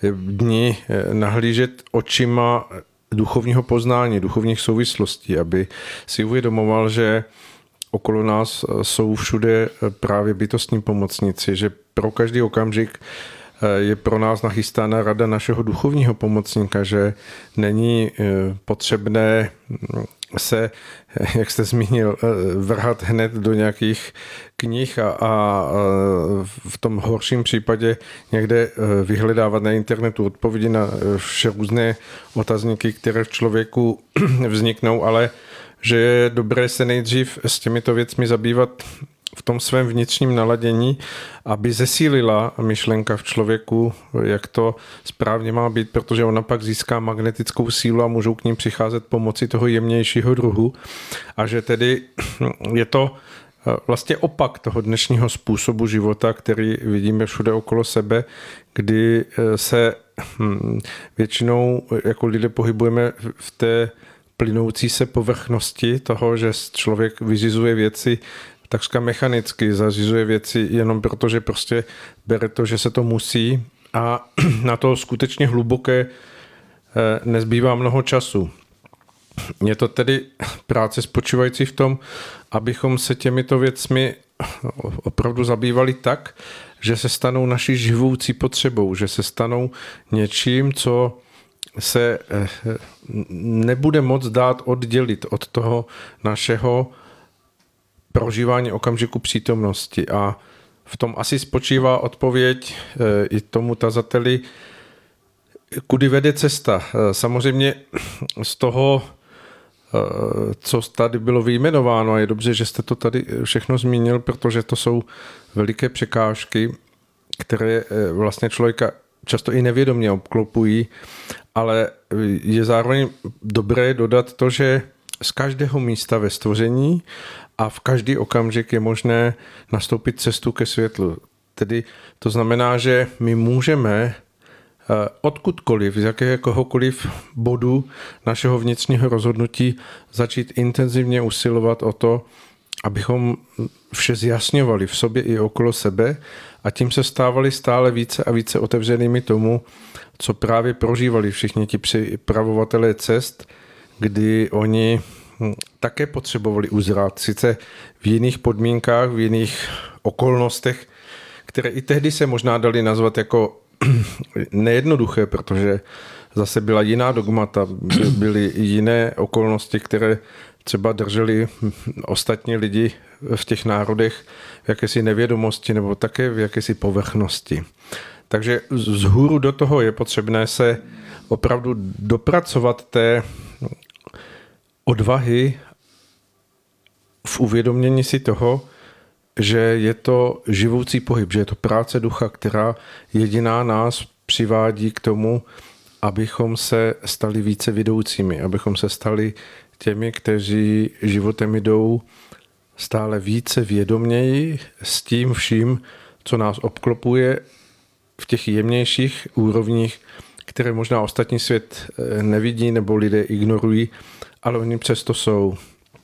Speaker 2: dní nahlížet očima duchovního poznání, duchovních souvislostí, aby si uvědomoval, že okolo nás jsou všude právě bytostní pomocníci, že pro každý okamžik je pro nás nachystána rada našeho duchovního pomocníka, že není potřebné se, jak jste zmínil, vrhat hned do nějakých knih a, a v tom horším případě někde vyhledávat na internetu odpovědi na vše různé otazníky, které v člověku vzniknou, ale že je dobré se nejdřív s těmito věcmi zabývat v tom svém vnitřním naladění, aby zesílila myšlenka v člověku, jak to správně má být, protože ona pak získá magnetickou sílu a můžou k ním přicházet pomocí toho jemnějšího druhu. A že tedy je to vlastně opak toho dnešního způsobu života, který vidíme všude okolo sebe, kdy se většinou jako lidé pohybujeme v té plynoucí se povrchnosti toho, že člověk vyřizuje věci takřka mechanicky, zařizuje věci jenom proto, že prostě bere to, že se to musí a na to skutečně hluboké nezbývá mnoho času. Je to tedy práce spočívající v tom, abychom se těmito věcmi opravdu zabývali tak, že se stanou naší živoucí potřebou, že se stanou něčím, co se nebude moc dát oddělit od toho našeho prožívání okamžiku přítomnosti. A v tom asi spočívá odpověď i tomu tazateli, kudy vede cesta. Samozřejmě z toho, co tady bylo vyjmenováno, a je dobře, že jste to tady všechno zmínil, protože to jsou veliké překážky, které vlastně člověka často i nevědomě obklopují, ale je zároveň dobré dodat to, že z každého místa ve stvoření a v každý okamžik je možné nastoupit cestu ke světlu. Tedy to znamená, že my můžeme odkudkoliv, z jakéhokoliv bodu našeho vnitřního rozhodnutí začít intenzivně usilovat o to, abychom vše zjasňovali v sobě i okolo sebe a tím se stávali stále více a více otevřenými tomu, co právě prožívali všichni ti připravovatelé cest, kdy oni také potřebovali uzrát, sice v jiných podmínkách, v jiných okolnostech, které i tehdy se možná dali nazvat jako nejednoduché, protože zase byla jiná dogmata, byly jiné okolnosti, které třeba drželi ostatní lidi v těch národech v jakési nevědomosti nebo také v jakési povrchnosti. Takže vzhůru do toho je potřebné se opravdu dopracovat té odvahy v uvědomění si toho, že je to živoucí pohyb, že je to práce ducha, která jediná nás přivádí k tomu, abychom se stali více vidoucími, abychom se stali těmi, kteří životem jdou stále více vědoměji s tím vším, co nás obklopuje v těch jemnějších úrovních, které možná ostatní svět nevidí nebo lidé ignorují, ale oni přesto jsou.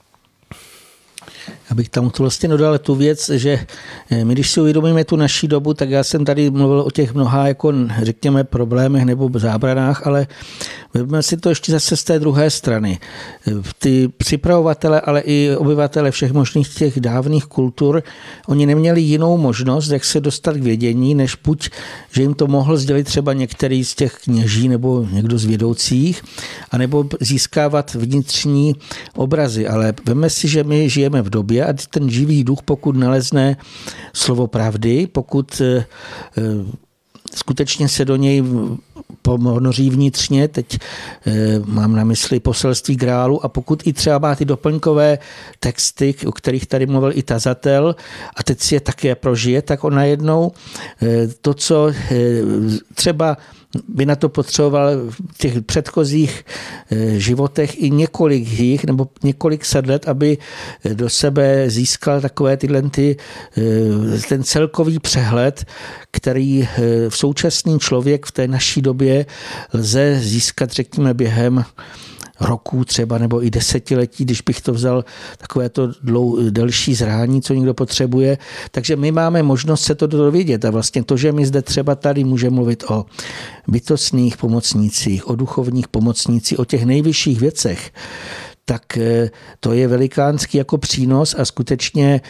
Speaker 3: Abych tam to vlastně dodal tu věc, že my, když si uvědomíme tu naší dobu, tak já jsem tady mluvil o těch mnoha, jako řekněme, problémech nebo zábranách, ale vezmeme si to ještě zase z té druhé strany. Ty připravovatele, ale i obyvatele všech možných těch dávných kultur, oni neměli jinou možnost, jak se dostat k vědění, než buď, že jim to mohl sdělit třeba některý z těch kněží nebo někdo z vědoucích, anebo získávat vnitřní obrazy. Ale veme si, že my žijeme v době a ten živý duch, pokud nalezne slovo pravdy, pokud skutečně se do něj ponoří vnitřně, teď mám na mysli poselství Grálu, a pokud i třeba má ty doplňkové texty, o kterých tady mluvil i tazatel, a teď si je také prožije, tak on najednou to, co třeba by na to potřeboval v těch předchozích životech i několik jich nebo několik set let, aby do sebe získal takové tyhle ty, ten celkový přehled, který v současný člověk v té naší době lze získat, řekněme, během roků třeba, nebo i desetiletí, když bych to vzal takové to dlou, delší zrání, co někdo potřebuje. Takže my máme možnost se to dovědět a vlastně to, že my zde třeba tady můžeme mluvit o bytostných pomocnících, o duchovních pomocnících, o těch nejvyšších věcech, tak to je velikánský jako přínos a skutečně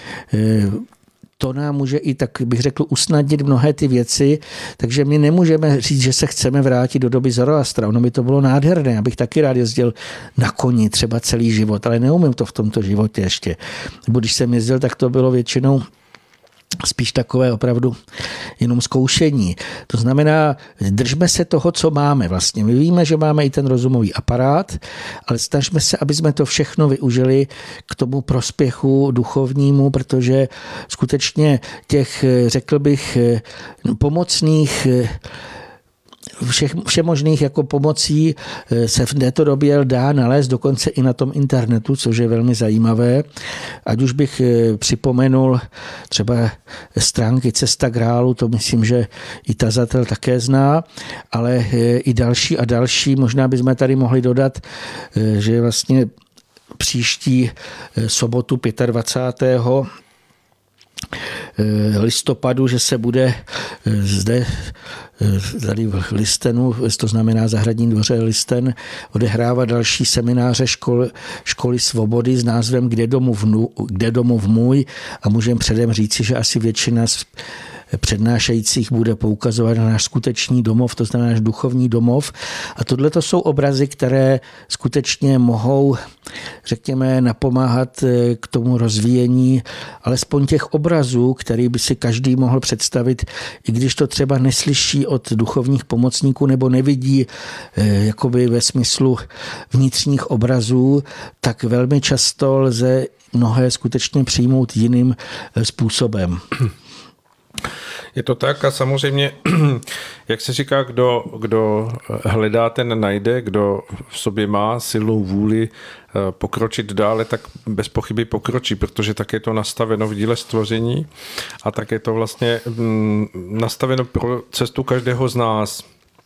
Speaker 3: to nám může i, tak bych řekl, usnadnit mnohé ty věci, takže my nemůžeme říct, že se chceme vrátit do doby Zoroastra. Ono by to bylo nádherné, abych taky rád jezdil na koni třeba celý život, ale neumím to v tomto životě ještě. Nebo když jsem jezdil, tak to bylo většinou spíš takové opravdu jenom zkoušení. To znamená, držme se toho, co máme vlastně. My víme, že máme i ten rozumový aparát, ale snažme se, aby jsme to všechno využili k tomu prospěchu duchovnímu, protože skutečně těch, řekl bych, pomocných Všech, všemožných jako pomocí se v této době dá nalézt dokonce i na tom internetu, což je velmi zajímavé. Ať už bych připomenul třeba stránky Cesta Grálu, to myslím, že i tazatel také zná, ale i další a další. Možná bychom tady mohli dodat, že vlastně příští sobotu dvacátého pátého listopadu, že se bude zde tady v Listenu, to znamená Zahradní dvoře Listen, odehrávat další semináře škol, školy svobody s názvem Kde domov, Kde domov můj a můžeme předem říci, že asi většina z přednášejících bude poukazovat na náš skutečný domov, to znamená náš duchovní domov. A tohle to jsou obrazy, které skutečně mohou, řekněme, napomáhat k tomu rozvíjení alespoň těch obrazů, který by si každý mohl představit, i když to třeba neslyší od duchovních pomocníků nebo nevidí jakoby ve smyslu vnitřních obrazů, tak velmi často lze mnohé skutečně přijmout jiným způsobem.
Speaker 2: Je to tak a samozřejmě, jak se říká, kdo, kdo hledá, ten najde, kdo v sobě má silnou vůli pokročit dále, tak bez pochyby pokročí, protože tak je to nastaveno v díle stvoření a tak je to vlastně nastaveno pro cestu každého z nás.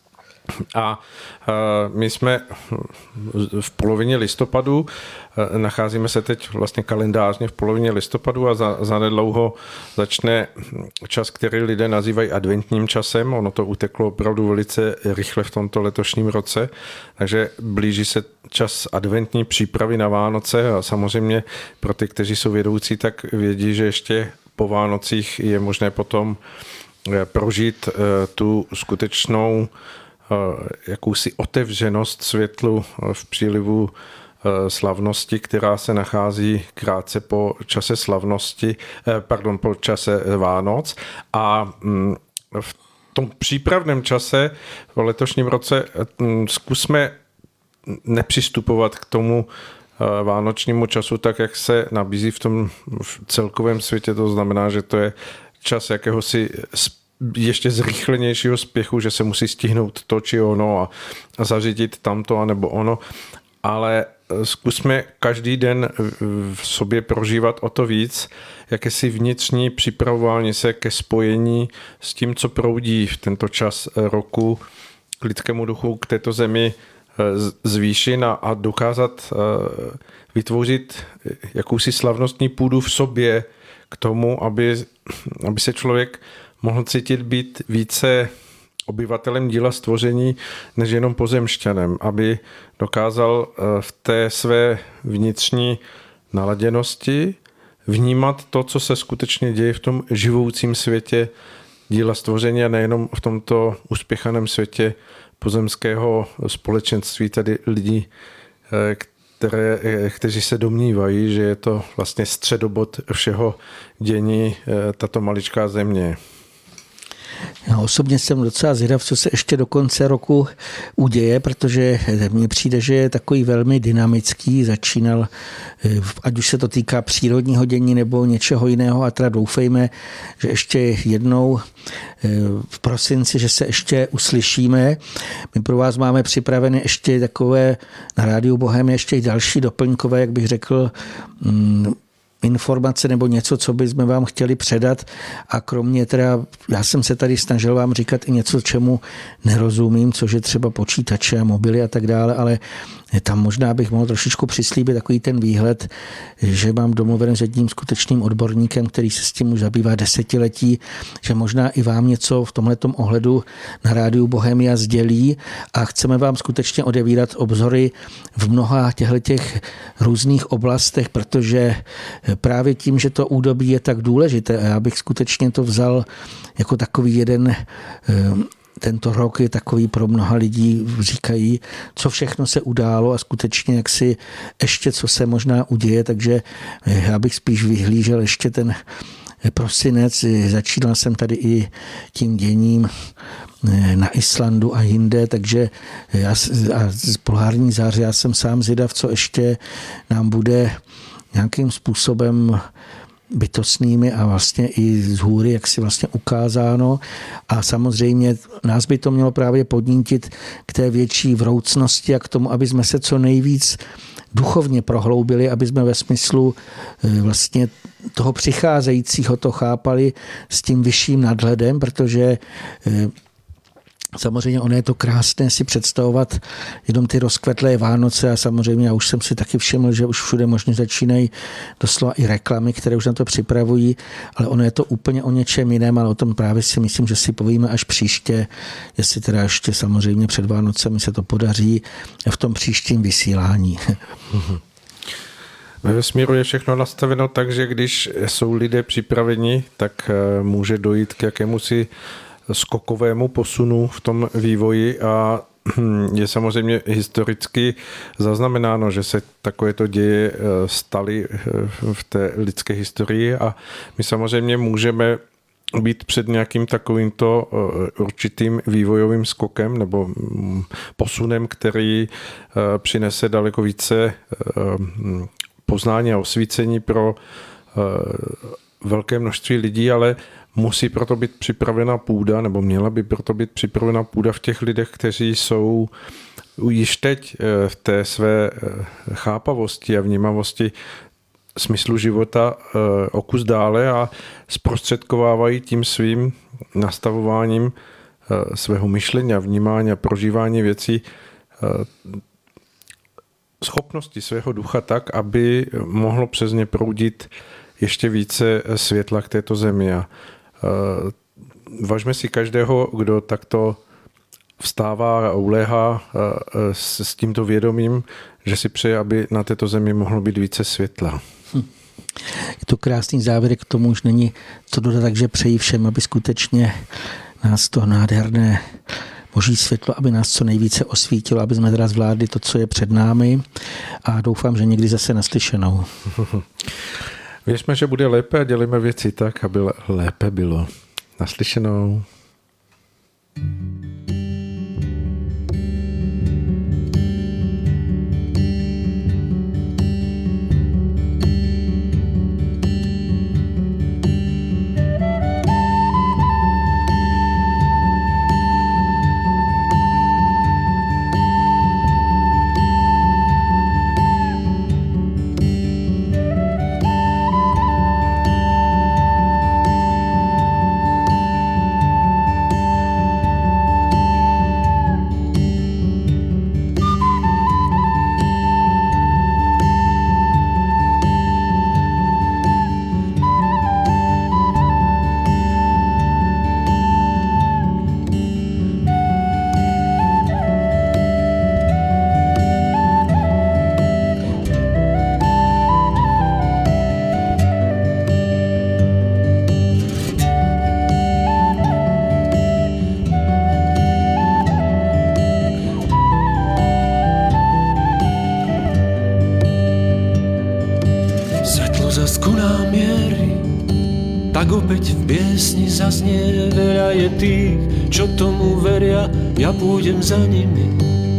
Speaker 2: A my jsme v polovině listopadu, nacházíme se teď vlastně kalendářně v polovině listopadu a za, za nedlouho začne čas, který lidé nazývají adventním časem. Ono to uteklo opravdu velice rychle v tomto letošním roce, takže blíží se čas adventní přípravy na Vánoce a samozřejmě pro ty, kteří jsou vědoucí, tak vědí, že ještě po Vánocích je možné potom prožít tu skutečnou jakousi otevřenost světlu v přílivu slavnosti, která se nachází krátce po čase slavnosti, pardon, po čase Vánoc. A v tom přípravném čase v letošním roce zkusme nepřistupovat k tomu vánočnímu času tak, jak se nabízí v tom celkovém světě. To znamená, že to je čas jakéhosi ještě zrychlenějšího spěchu, že se musí stihnout to či ono a, a zařídit tamto a nebo ono, ale zkusme každý den v sobě prožívat o to víc, jakési vnitřní připravování se ke spojení s tím, co proudí v tento čas roku k lidskému duchu, k této zemi z výšin a, a dokázat vytvořit jakousi slavnostní půdu v sobě k tomu, aby, aby se člověk mohl cítit být více obyvatelem díla stvoření, než jenom pozemšťanem, aby dokázal v té své vnitřní naladěnosti vnímat to, co se skutečně děje v tom živoucím světě díla stvoření a nejenom v tomto uspěchaném světě pozemského společenství, tedy lidí, které, kteří se domnívají, že je to vlastně středobod všeho dění tato maličká země.
Speaker 3: Já osobně jsem docela zvědav, co se ještě do konce roku uděje, protože mně přijde, že je takový velmi dynamický, začínal, ať už se to týká přírodního dění nebo něčeho jiného a teda doufejme, že ještě jednou v prosinci, že se ještě uslyšíme. My pro vás máme připravené ještě takové na Rádiu Bohemia ještě i další doplňkové, jak bych řekl, informace nebo něco, co bychom vám chtěli předat a kromě teda, já jsem se tady snažil vám říkat i něco, čemu nerozumím, což je třeba počítače, mobily a tak dále, ale tam možná bych mohl trošičku přislíbit takový ten výhled, že mám domluven s jedním skutečným odborníkem, který se s tím už zabývá desetiletí, že možná i vám něco v tomhletom ohledu na rádiu Bohemia sdělí a chceme vám skutečně odevírat obzory v mnoha těchto různých oblastech, protože právě tím, že to údobí je tak důležité a já bych skutečně to vzal jako takový jeden, tento rok je takový pro mnoha lidí, říkají, co všechno se událo a skutečně jak si ještě co se možná uděje, takže já bych spíš vyhlížel ještě ten prosinec, začínal jsem tady i tím děním na Islandu a jinde, takže já, a z polární záře já jsem sám zvědav, co ještě nám bude nějakým způsobem bytostnými a vlastně i z hůry, jak si vlastně ukázáno. A samozřejmě nás by to mělo právě podnítit k té větší vroucnosti a k tomu, aby jsme se co nejvíc duchovně prohloubili, aby jsme ve smyslu vlastně toho přicházejícího to chápali s tím vyšším nadhledem, protože samozřejmě ono je to krásné si představovat jenom ty rozkvetlé Vánoce a samozřejmě já už jsem si taky všiml, že už všude možně začínají doslova i reklamy, které už na to připravují, ale ono je to úplně o něčem jiném, ale o tom právě si myslím, že si povíme až příště, jestli teda ještě samozřejmě před Vánocemi se to podaří v tom příštím vysílání.
Speaker 2: Ve vesmíru je všechno nastaveno tak, že když jsou lidé připraveni, tak může dojít k jakémusi skokovému posunu v tom vývoji a je samozřejmě historicky zaznamenáno, že se takovéto děje staly v té lidské historii a my samozřejmě můžeme být před nějakým takovýmto určitým vývojovým skokem nebo posunem, který přinese daleko více poznání a osvícení pro velké množství lidí, ale musí proto být připravena půda, nebo měla by proto být připravena půda v těch lidech, kteří jsou již teď v té své chápavosti a vnímavosti smyslu života o kus dále a zprostředkovávají tím svým nastavováním svého myšlení a vnímání a prožívání věcí schopnosti svého ducha tak, aby mohlo přes ně proudit ještě více světla k této zemi. A važme si každého, kdo takto vstává a uléhá s tímto vědomím, že si přeje, aby na této zemi mohlo být více světla.
Speaker 3: Hm. Je to krásný závěrek, k tomu už není co dodat, takže přeji všem, aby skutečně nás to nádherné boží světlo, aby nás co nejvíce osvítilo, aby jsme teda zvládli to, co je před námi a doufám, že někdy zase naslyšenou.
Speaker 2: Věřme, že bude lépe a dělíme věci tak, aby lépe bylo. Naslyšenou.
Speaker 4: Tak opäť v piesni zaznie, veľa je tých, čo tomu veria, ja pôjdem za nimi.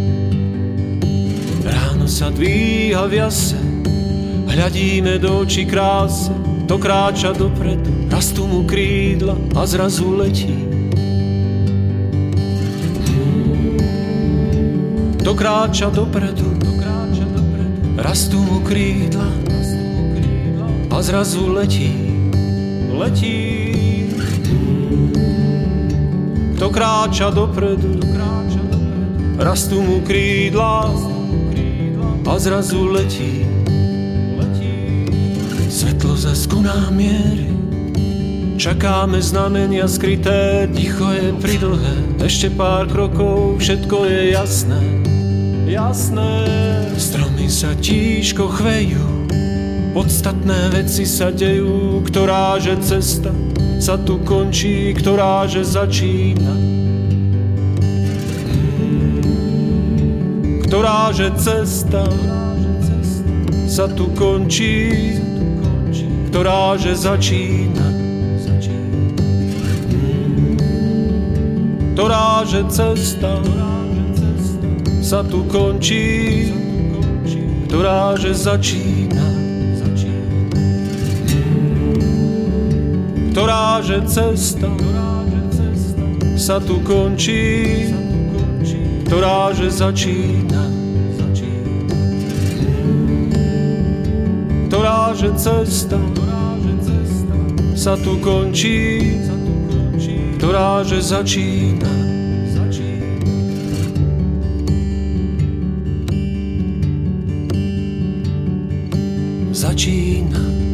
Speaker 4: Ráno sa dvíha v jase, hľadíme do očí kráse, to kráča dopredu, rastú mu krídla a zrazu letí. To kráča dopredu, rastú mu krídla a a zrazu letí, letí. Kto kráča dopredu, rastú mu krídla a zrazu letí, svetlo zas koná miery. Čakáme znamenia skryté, ticho je pridlhé, ešte pár krokov, všetko je jasné, jasné. Stromy sa tížko chvejú, podstatné veci sa dejú, ktoráže cesta sa tu končí, ktoráže začína. Ktoráže cesta sa tu končí, ktoráže začína. Ktoráže cesta sa tu končí, ktoráže začína. Ktoráže cesta sa tu končí, ktoráže začína. Ktoráže cesta sa tu končí, ktoráže začína. Začína.